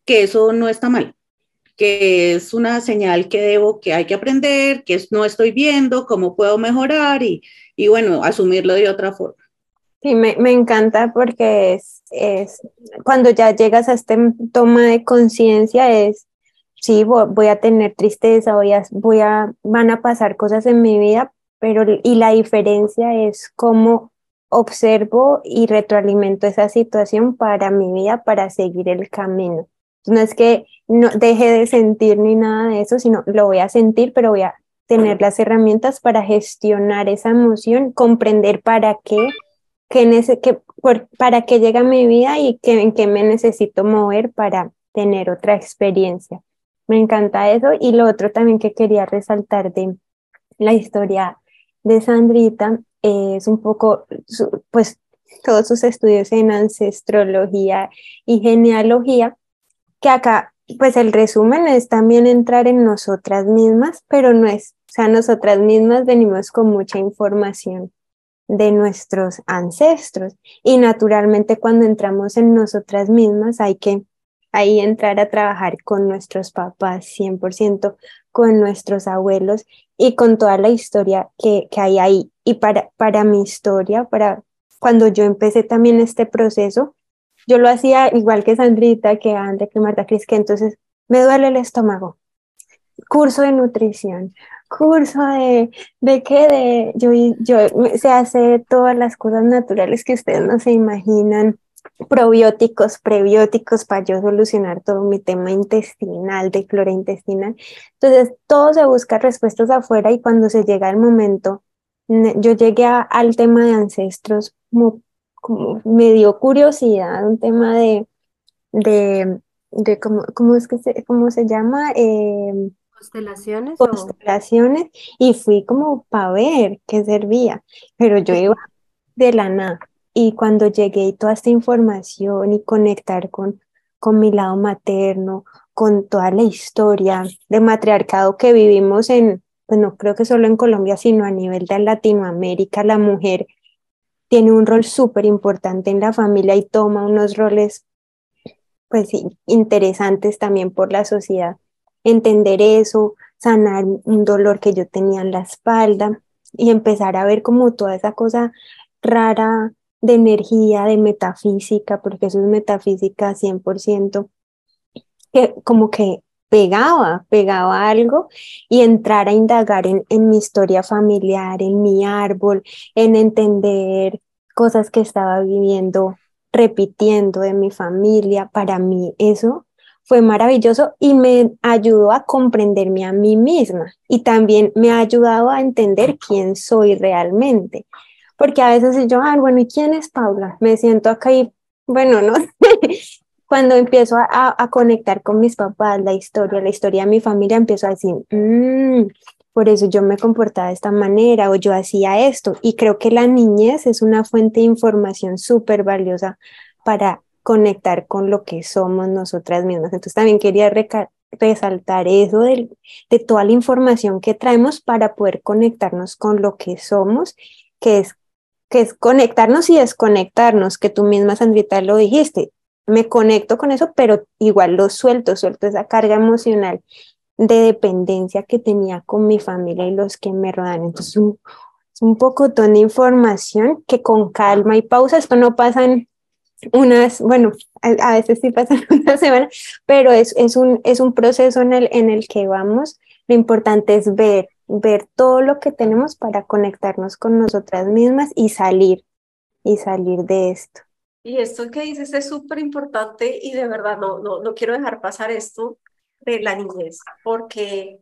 que eso no está mal, que es una señal que debo, que hay que aprender, que es, no estoy viendo, cómo puedo mejorar y, y bueno, asumirlo de otra forma. Sí, me, me encanta porque es, es cuando ya llegas a este toma de conciencia es, sí, voy, voy a tener tristeza, voy a, voy a, van a pasar cosas en mi vida, pero y la diferencia es cómo observo y retroalimento esa situación para mi vida, para seguir el camino. No es que no deje de sentir ni nada de eso, sino lo voy a sentir, pero voy a tener las herramientas para gestionar esa emoción, comprender para qué que nece- que, por- para qué llega a mi vida y que, en qué me necesito mover para tener otra experiencia. Me encanta eso. Y lo otro también que quería resaltar de la historia de Sandrita eh, es un poco, su- pues, todos sus estudios en ancestrología y genealogía, que acá, pues, el resumen es también entrar en nosotras mismas, pero no es, o sea, nosotras mismas venimos con mucha información de nuestros ancestros. Y naturalmente cuando entramos en nosotras mismas hay que ahí entrar a trabajar con nuestros papás cien por ciento, con nuestros abuelos y con toda la historia que, que hay ahí. Y para, para mi historia, para cuando yo empecé también este proceso, yo lo hacía igual que Sandrita, que André, que Marta Cris, que entonces me duele el estómago, curso de nutrición, curso de, ¿de qué? De, yo, yo se hace todas las cosas naturales que ustedes no se imaginan, probióticos, prebióticos para yo solucionar todo mi tema intestinal, de flora intestinal. Entonces, todo se busca respuestas afuera y cuando se llega el momento, yo llegué a, al tema de ancestros como, como me dio curiosidad, un tema de, de, de cómo, cómo es que se, cómo se llama, eh, ¿Constelaciones o...? constelaciones y fui como para ver qué servía, pero yo iba de la nada y cuando llegué y toda esta información y conectar con, con mi lado materno, con toda la historia de matriarcado que vivimos en, pues no creo que solo en Colombia, sino a nivel de Latinoamérica, la mujer tiene un rol súper importante en la familia y toma unos roles pues sí, interesantes también por la sociedad. Entender eso, sanar un dolor que yo tenía en la espalda y empezar a ver como toda esa cosa rara de energía, de metafísica, porque eso es metafísica cien por ciento, que como que pegaba, pegaba algo y entrar a indagar en, en mi historia familiar, en mi árbol, en entender cosas que estaba viviendo, repitiendo de mi familia. Para mí eso fue maravilloso y me ayudó a comprenderme a mí misma y también me ha ayudado a entender quién soy realmente. Porque a veces yo, ah, bueno, ¿y quién es Paula? Me siento acá y, bueno, no sé, cuando empiezo a, a, a conectar con mis papás, la historia, la historia de mi familia, empiezo a decir, mmm, por eso yo me comportaba de esta manera o yo hacía esto. Y creo que la niñez es una fuente de información súper valiosa para conectar con lo que somos nosotras mismas. Entonces también quería reca- resaltar eso de, de toda la información que traemos para poder conectarnos con lo que somos, que es, que es conectarnos y desconectarnos, que tú misma, Sandrita, lo dijiste. Me conecto con eso, pero igual lo suelto, suelto esa carga emocional de dependencia que tenía con mi familia y los que me rodean. Entonces, un, un poco de información que con calma y pausa, esto no pasa en unas, bueno, a, a veces sí pasan una semana, pero es, es, un, es un proceso en el, en el que vamos. Lo importante es ver, ver todo lo que tenemos para conectarnos con nosotras mismas y salir, y salir de esto. Y esto que dices es súper importante y de verdad no, no, no quiero dejar pasar esto de la niñez, porque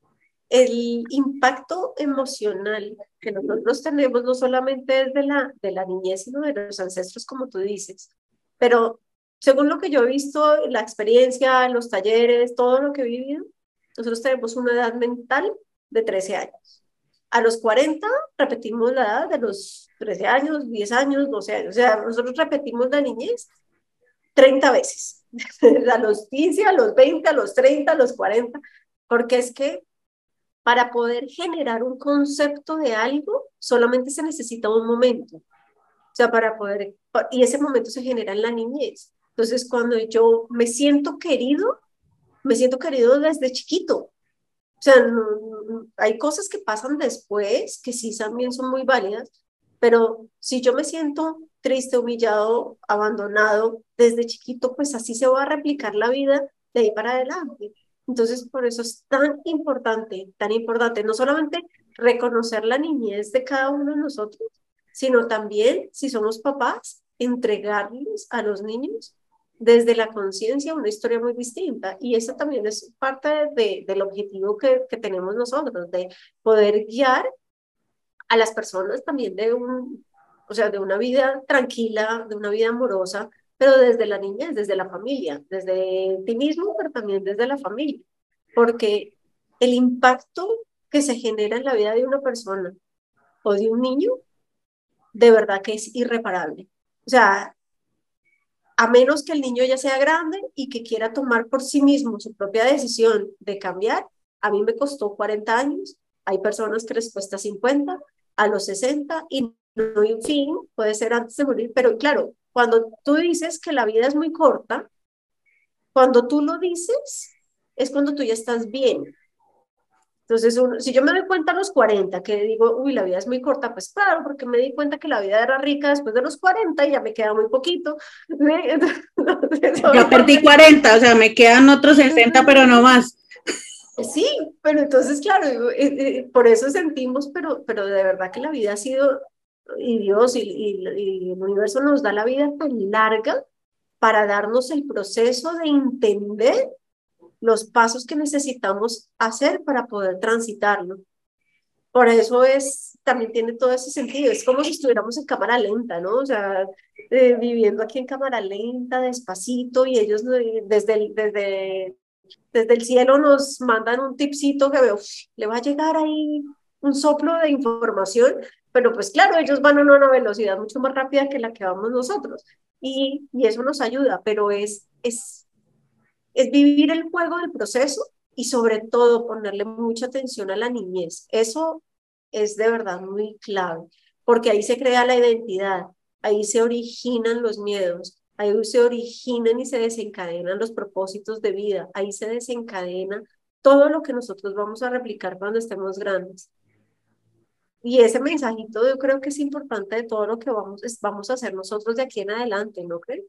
el impacto emocional que nosotros tenemos no solamente es de la, de la niñez, sino de los ancestros, como tú dices. Pero según lo que yo he visto, la experiencia, los talleres, todo lo que he vivido, nosotros tenemos una edad mental de trece años. A los cuarenta repetimos la edad de los trece años, diez años, doce años. O sea, nosotros repetimos la niñez treinta veces. A los quince, a los veinte, a los treinta, a los cuarenta. Porque es que para poder generar un concepto de algo, solamente se necesita un momento. O sea, para poder, y ese momento se genera en la niñez. Entonces, cuando yo me siento querido, me siento querido desde chiquito. O sea, no, no, hay cosas que pasan después que sí también son muy válidas, pero si yo me siento triste, humillado, abandonado desde chiquito, pues así se va a replicar la vida de ahí para adelante. Entonces, por eso es tan importante, tan importante, no solamente reconocer la niñez de cada uno de nosotros, sino también, si somos papás, entregarles a los niños desde la conciencia una historia muy distinta. Y eso también es parte de, del objetivo que, que tenemos nosotros, de poder guiar a las personas también de un, o sea, de una vida tranquila, de una vida amorosa, pero desde la niñez, desde la familia, desde ti mismo, pero también desde la familia. Porque el impacto que se genera en la vida de una persona o de un niño, de verdad que es irreparable. O sea, a menos que el niño ya sea grande y que quiera tomar por sí mismo su propia decisión de cambiar. A mí me costó cuarenta años, hay personas que les cuesta cincuenta, a los sesenta, y no, en fin, puede ser antes de morir, pero claro, cuando tú dices que la vida es muy corta, cuando tú lo dices, es cuando tú ya estás bien. Entonces, uno, si yo me doy cuenta a los cuarenta, que digo, uy, la vida es muy corta, pues claro, porque me di cuenta que la vida era rica después de los cuarenta y ya me queda muy poquito. Entonces, Ya perdí cuarenta, o sea, me quedan otros sesenta, pero no más. sí, pero entonces, claro, eh, eh, por eso sentimos, pero, pero de verdad que la vida ha sido, y Dios y, y, y el universo nos da la vida tan larga para darnos el proceso de entender los pasos que necesitamos hacer para poder transitarlo. Por eso es, también tiene todo ese sentido, es como si estuviéramos en cámara lenta, ¿no? O sea, eh, viviendo aquí en cámara lenta, despacito, y ellos eh, desde el, desde, desde el cielo nos mandan un tipcito que veo, le va a llegar ahí un soplo de información, pero pues claro, ellos van a una velocidad mucho más rápida que la que vamos nosotros, y, y eso nos ayuda, pero es, es, es vivir el juego del proceso y sobre todo ponerle mucha atención a la niñez. Eso es de verdad muy clave, porque ahí se crea la identidad, ahí se originan los miedos, ahí se originan y se desencadenan los propósitos de vida, ahí se desencadena todo lo que nosotros vamos a replicar cuando estemos grandes. Y ese mensajito yo creo que es importante de todo lo que vamos, vamos a hacer nosotros de aquí en adelante, ¿no crees?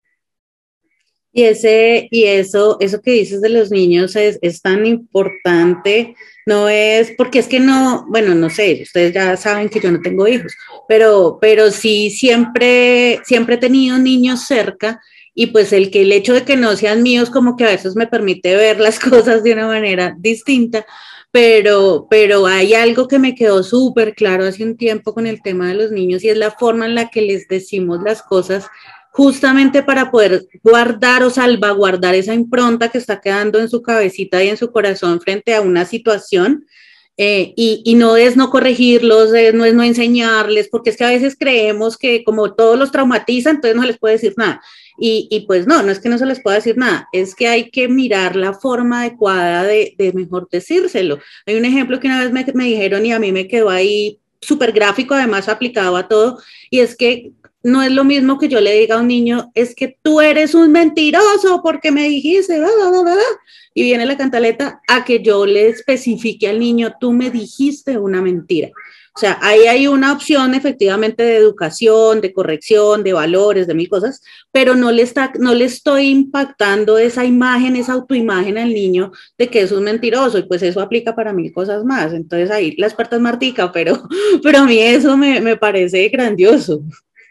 Y ese, y eso, eso que dices de los niños es, es tan importante, no es, porque es que no, bueno, no sé, ustedes ya saben que yo no tengo hijos, pero, pero sí siempre, siempre he tenido niños cerca, y pues el que el hecho de que no sean míos como que a veces me permite ver las cosas de una manera distinta, pero, pero hay algo que me quedó súper claro hace un tiempo con el tema de los niños, y es la forma en la que les decimos las cosas justamente para poder guardar o salvaguardar esa impronta que está quedando en su cabecita y en su corazón frente a una situación. Eh, y, y no es no corregirlos, es, no es no enseñarles, porque es que a veces creemos que como todos los traumatiza, entonces no les puede decir nada. Y, y pues no, no es que no se les pueda decir nada, es que hay que mirar la forma adecuada de, de mejor decírselo. Hay un ejemplo que una vez me, me dijeron y a mí me quedó ahí súper gráfico, además aplicado a todo, y es que no es lo mismo que yo le diga a un niño, es que tú eres un mentiroso porque me dijiste, bla, bla, bla, bla, y viene la cantaleta, a que yo le especifique al niño, tú me dijiste una mentira. O sea, ahí hay una opción efectivamente de educación, de corrección, de valores, de mil cosas, pero no le, está, no le estoy impactando esa imagen, esa autoimagen al niño de que es un mentiroso, y pues eso aplica para mil cosas más. Entonces ahí la experta es Martica, pero, pero a mí eso me, me parece grandioso.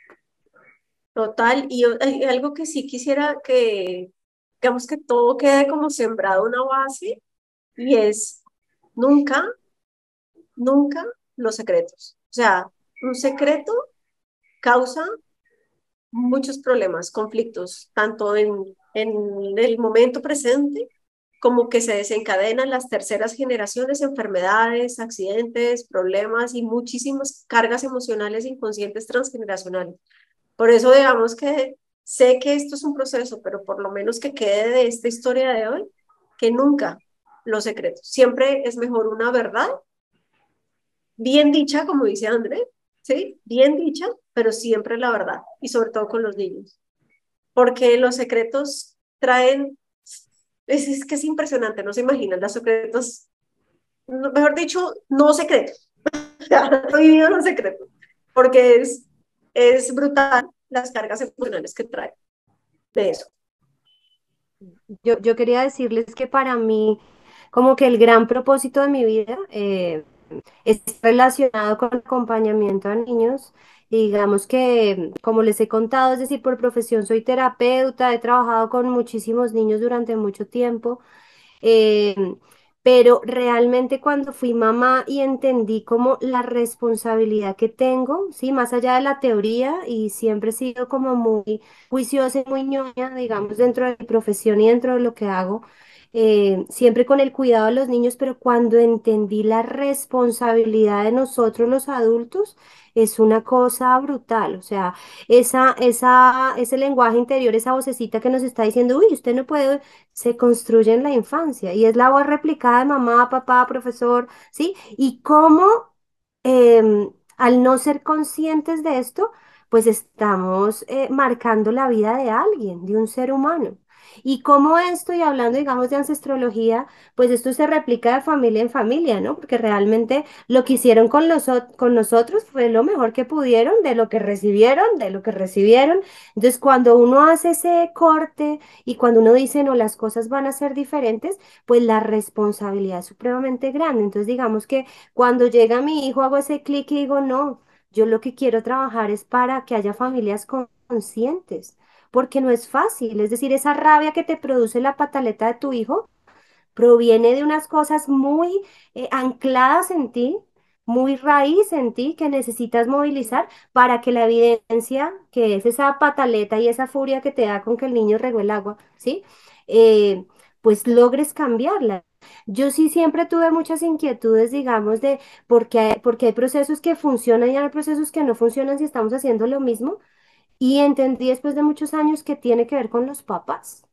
Total, y hay algo que sí quisiera que, digamos que todo quede como sembrado una base, y es nunca, nunca los secretos. O sea, un secreto causa muchos problemas, conflictos, tanto en, en el momento presente como que se desencadenan las terceras generaciones, enfermedades, accidentes, problemas y muchísimas cargas emocionales inconscientes transgeneracionales. Por eso digamos que sé que esto es un proceso, pero por lo menos que quede de esta historia de hoy, que nunca los secretos. Siempre es mejor una verdad bien dicha, como dice André, ¿sí? Bien dicha, pero siempre la verdad, y sobre todo con los niños. porque los secretos traen, es, es que es impresionante, no se imaginan, los secretos, no- mejor dicho, no secretos, no he vivido los secretos, porque es, es brutal las cargas emocionales que trae de eso. Yo, yo quería decirles que para mí, como que el gran propósito de mi vida eh, es relacionado con el acompañamiento a niños. Y digamos que, como les he contado, es decir, por profesión soy terapeuta, he trabajado con muchísimos niños durante mucho tiempo. Eh, pero realmente cuando fui mamá y entendí como la responsabilidad que tengo, sí, más allá de la teoría, y siempre he sido como muy juiciosa y muy ñoña, digamos, dentro de mi profesión y dentro de lo que hago, eh, siempre con el cuidado de los niños, pero cuando entendí la responsabilidad de nosotros los adultos, es una cosa brutal, o sea, esa, esa, ese lenguaje interior, esa vocecita que nos está diciendo, uy, usted no puede, se construye en la infancia y es la voz replicada de mamá, papá, profesor, ¿sí? Y cómo em, al no ser conscientes de esto, pues estamos eh, marcando la vida de alguien, de un ser humano. Y cómo esto, y hablando, digamos, de ancestrología, pues esto se replica de familia en familia, ¿no? Porque realmente lo que hicieron con, los, ot- con nosotros fue lo mejor que pudieron, de lo que recibieron, de lo que recibieron. Entonces, cuando uno hace ese corte, y cuando uno dice, no, las cosas van a ser diferentes, pues la responsabilidad es supremamente grande. Entonces, digamos que cuando llega mi hijo, hago ese clic y digo, no, yo lo que quiero trabajar es para que haya familias con- conscientes, porque no es fácil. Es decir, esa rabia que te produce la pataleta de tu hijo proviene de unas cosas muy eh, ancladas en ti, muy raíz en ti, que necesitas movilizar para que la evidencia, que es esa pataleta y esa furia que te da con que el niño regó el agua, ¿sí? Eh, pues logres cambiarla. Yo sí siempre tuve muchas inquietudes, digamos, de por qué, hay- porque hay procesos que funcionan y hay procesos que no funcionan si estamos haciendo lo mismo. Y entendí después de muchos años que tiene que ver con los papás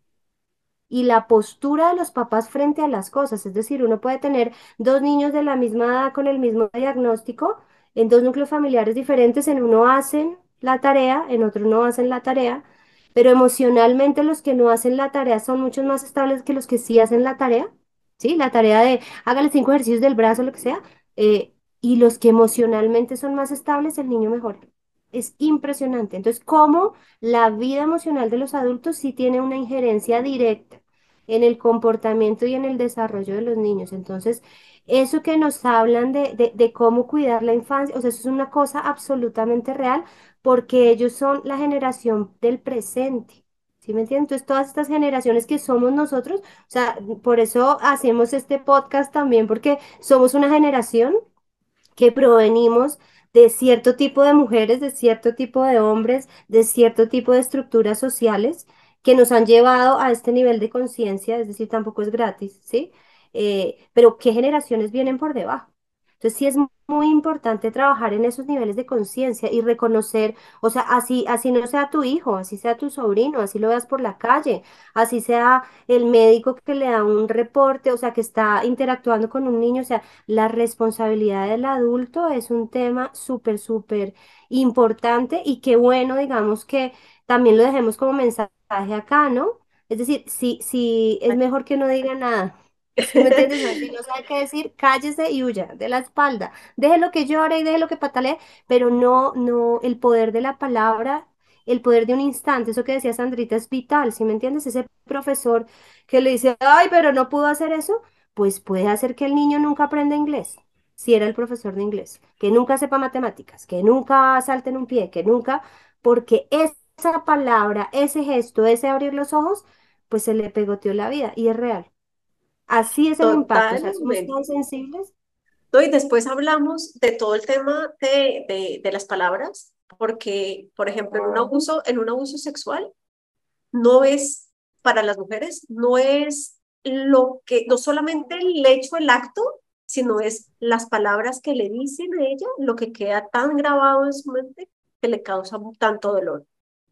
y la postura de los papás frente a las cosas. Es decir, uno puede tener dos niños de la misma edad con el mismo diagnóstico en dos núcleos familiares diferentes. En uno hacen la tarea, en otro no hacen la tarea, pero emocionalmente los que no hacen la tarea son mucho más estables que los que sí hacen la tarea. ¿Sí? La tarea de hágale cinco ejercicios del brazo, lo que sea. eh, y los que emocionalmente son más estables, el niño mejor. Es impresionante. Entonces, ¿cómo la vida emocional de los adultos sí tiene una injerencia directa en el comportamiento y en el desarrollo de los niños? Entonces, eso que nos hablan de, de, de cómo cuidar la infancia, o sea, eso es una cosa absolutamente real porque ellos son la generación del presente. ¿Sí me entiendes? Entonces, todas estas generaciones que somos nosotros, o sea, por eso hacemos este podcast también, porque somos una generación que provenimos de cierto tipo de mujeres, de cierto tipo de hombres, de cierto tipo de estructuras sociales que nos han llevado a este nivel de conciencia, es decir, tampoco es gratis, ¿sí? Eh, pero ¿qué generaciones vienen por debajo? Entonces sí es mu- muy importante trabajar en esos niveles de conciencia y reconocer, o sea, así, así no sea tu hijo, así sea tu sobrino, así lo veas por la calle, así sea el médico que le da un reporte, o sea, que está interactuando con un niño, o sea, la responsabilidad del adulto es un tema súper, súper importante y qué bueno, digamos, que también lo dejemos como mensaje acá, ¿no? Es decir, si, si es mejor que no diga nada. ¿Sí me entiendes? O sea, si no sabe qué decir, cállese y huya de la espalda. Déjelo que llore y déjelo que patalee, pero no, no, el poder de la palabra, el poder de un instante, eso que decía Sandrita es vital, ¿sí me entiendes? Ese profesor que le dice, ay, pero no pudo hacer eso, pues puede hacer que el niño nunca aprenda inglés, si era el profesor de inglés, que nunca sepa matemáticas, que nunca salte en un pie, que nunca, porque esa palabra, ese gesto, ese abrir los ojos, pues se le pegoteó la vida y es real. Así es el impacto, o sea, somos Totalmente. tan sensibles. ¿No? Y después hablamos de todo el tema de, de, de las palabras, porque, por ejemplo, en un abuso, en un abuso sexual, no es, para las mujeres, no es lo que, no solamente el hecho, el acto, sino es las palabras que le dicen a ella, lo que queda tan grabado en su mente que le causa tanto dolor.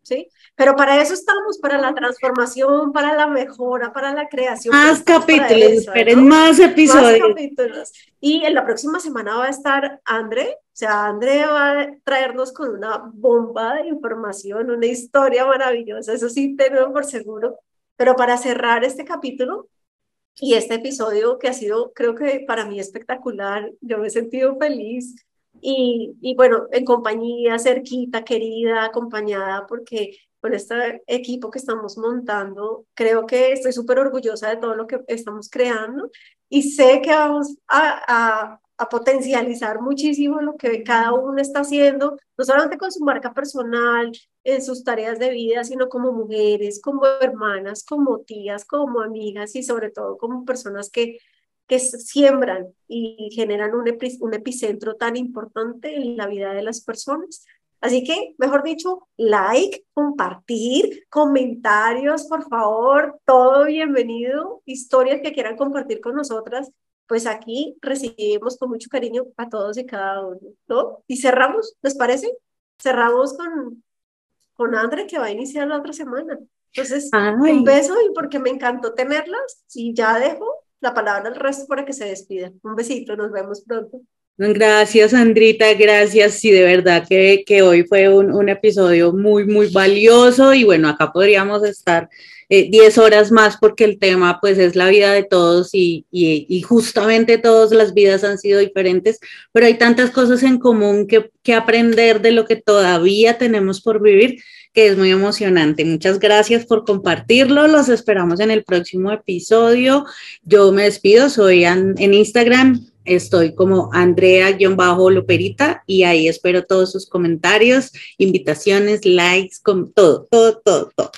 ¿sí? Pero para eso estamos, para la transformación, para la mejora, para la creación. Más capítulos, eso, esperen ¿no? más episodios. Más capítulos. Y en la próxima semana va a estar André, o sea, André va a traernos con una bomba de información, una historia maravillosa, eso sí, tengo por seguro. Pero para cerrar este capítulo y este episodio que ha sido, creo que para mí espectacular, yo me he sentido feliz. Y, y bueno, en compañía, cerquita, querida, acompañada, porque con este equipo que estamos montando, creo que estoy súper orgullosa de todo lo que estamos creando y sé que vamos a, a, a potencializar muchísimo lo que cada uno está haciendo, no solamente con su marca personal, en sus tareas de vida, sino como mujeres, como hermanas, como tías, como amigas y sobre todo como personas que que siembran y generan un, epi, un epicentro tan importante en la vida de las personas. Así que, mejor dicho, like, compartir, comentarios, por favor, todo bienvenido, historias que quieran compartir con nosotras, pues aquí recibimos con mucho cariño a todos y cada uno, ¿no? Y cerramos, ¿les parece? Cerramos con, con André, que va a iniciar la otra semana. Entonces, Ay. un beso y porque me encantó tenerlas y ya dejo la palabra al resto para que se despidan. Un besito, nos vemos pronto. Gracias, Andrita, gracias. Sí, de verdad que, que hoy fue un, un episodio muy, muy valioso y bueno, acá podríamos estar diez eh, horas más porque el tema pues es la vida de todos y, y, y justamente todas las vidas han sido diferentes, pero hay tantas cosas en común que, que aprender de lo que todavía tenemos por vivir, que es muy emocionante. Muchas gracias por compartirlo, los esperamos en el próximo episodio. Yo me despido, soy en, en Instagram, estoy como Andrea-Loperita y ahí espero todos sus comentarios, invitaciones, likes, con todo, todo, todo, todo.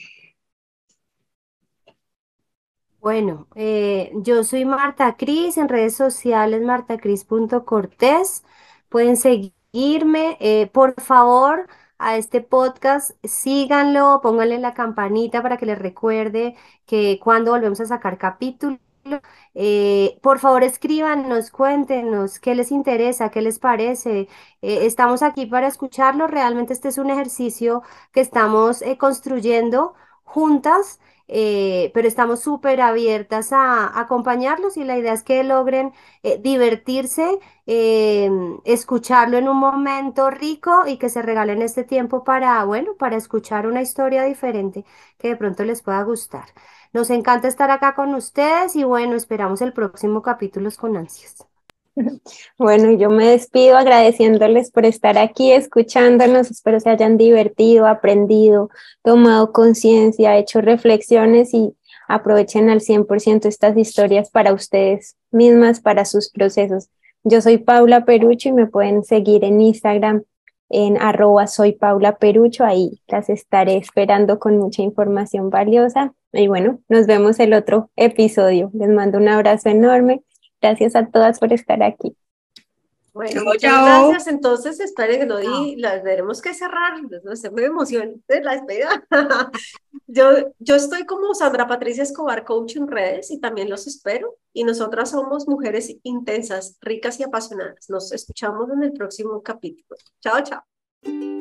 Bueno, eh, yo soy Marta Cris, en redes sociales martacris punto cortés. Pueden seguirme, eh, por favor, a este podcast, síganlo, pónganle la campanita para que les recuerde que cuando volvemos a sacar capítulos. Eh, por favor, escríbanos, cuéntenos qué les interesa, qué les parece. Eh, estamos aquí para escucharlo. Realmente este es un ejercicio que estamos eh, construyendo juntas. Eh, pero estamos súper abiertas a, a acompañarlos y la idea es que logren eh, divertirse, eh, escucharlo en un momento rico y que se regalen este tiempo para, bueno, para escuchar una historia diferente que de pronto les pueda gustar. Nos encanta estar acá con ustedes y bueno, esperamos el próximo capítulo con ansias. Bueno, yo me despido agradeciéndoles por estar aquí escuchándonos, espero se hayan divertido, aprendido, tomado conciencia, hecho reflexiones y aprovechen al cien por ciento estas historias para ustedes mismas, para sus procesos. Yo soy Paula Perucho y me pueden seguir en Instagram en arroba soy Paula Perucho, ahí las estaré esperando con mucha información valiosa y bueno, nos vemos el otro episodio. Les mando un abrazo enorme. Gracias a todas por estar aquí. Bueno, chao, muchas chao. Gracias. Entonces, esperen que lo di, las tenemos que cerrar. No sé, me emociona la despedida. yo, yo estoy como Sandra Patricia Escobar, coach en redes, y también los espero. Y nosotras somos mujeres intensas, ricas y apasionadas. Nos escuchamos en el próximo capítulo. Chao, chao.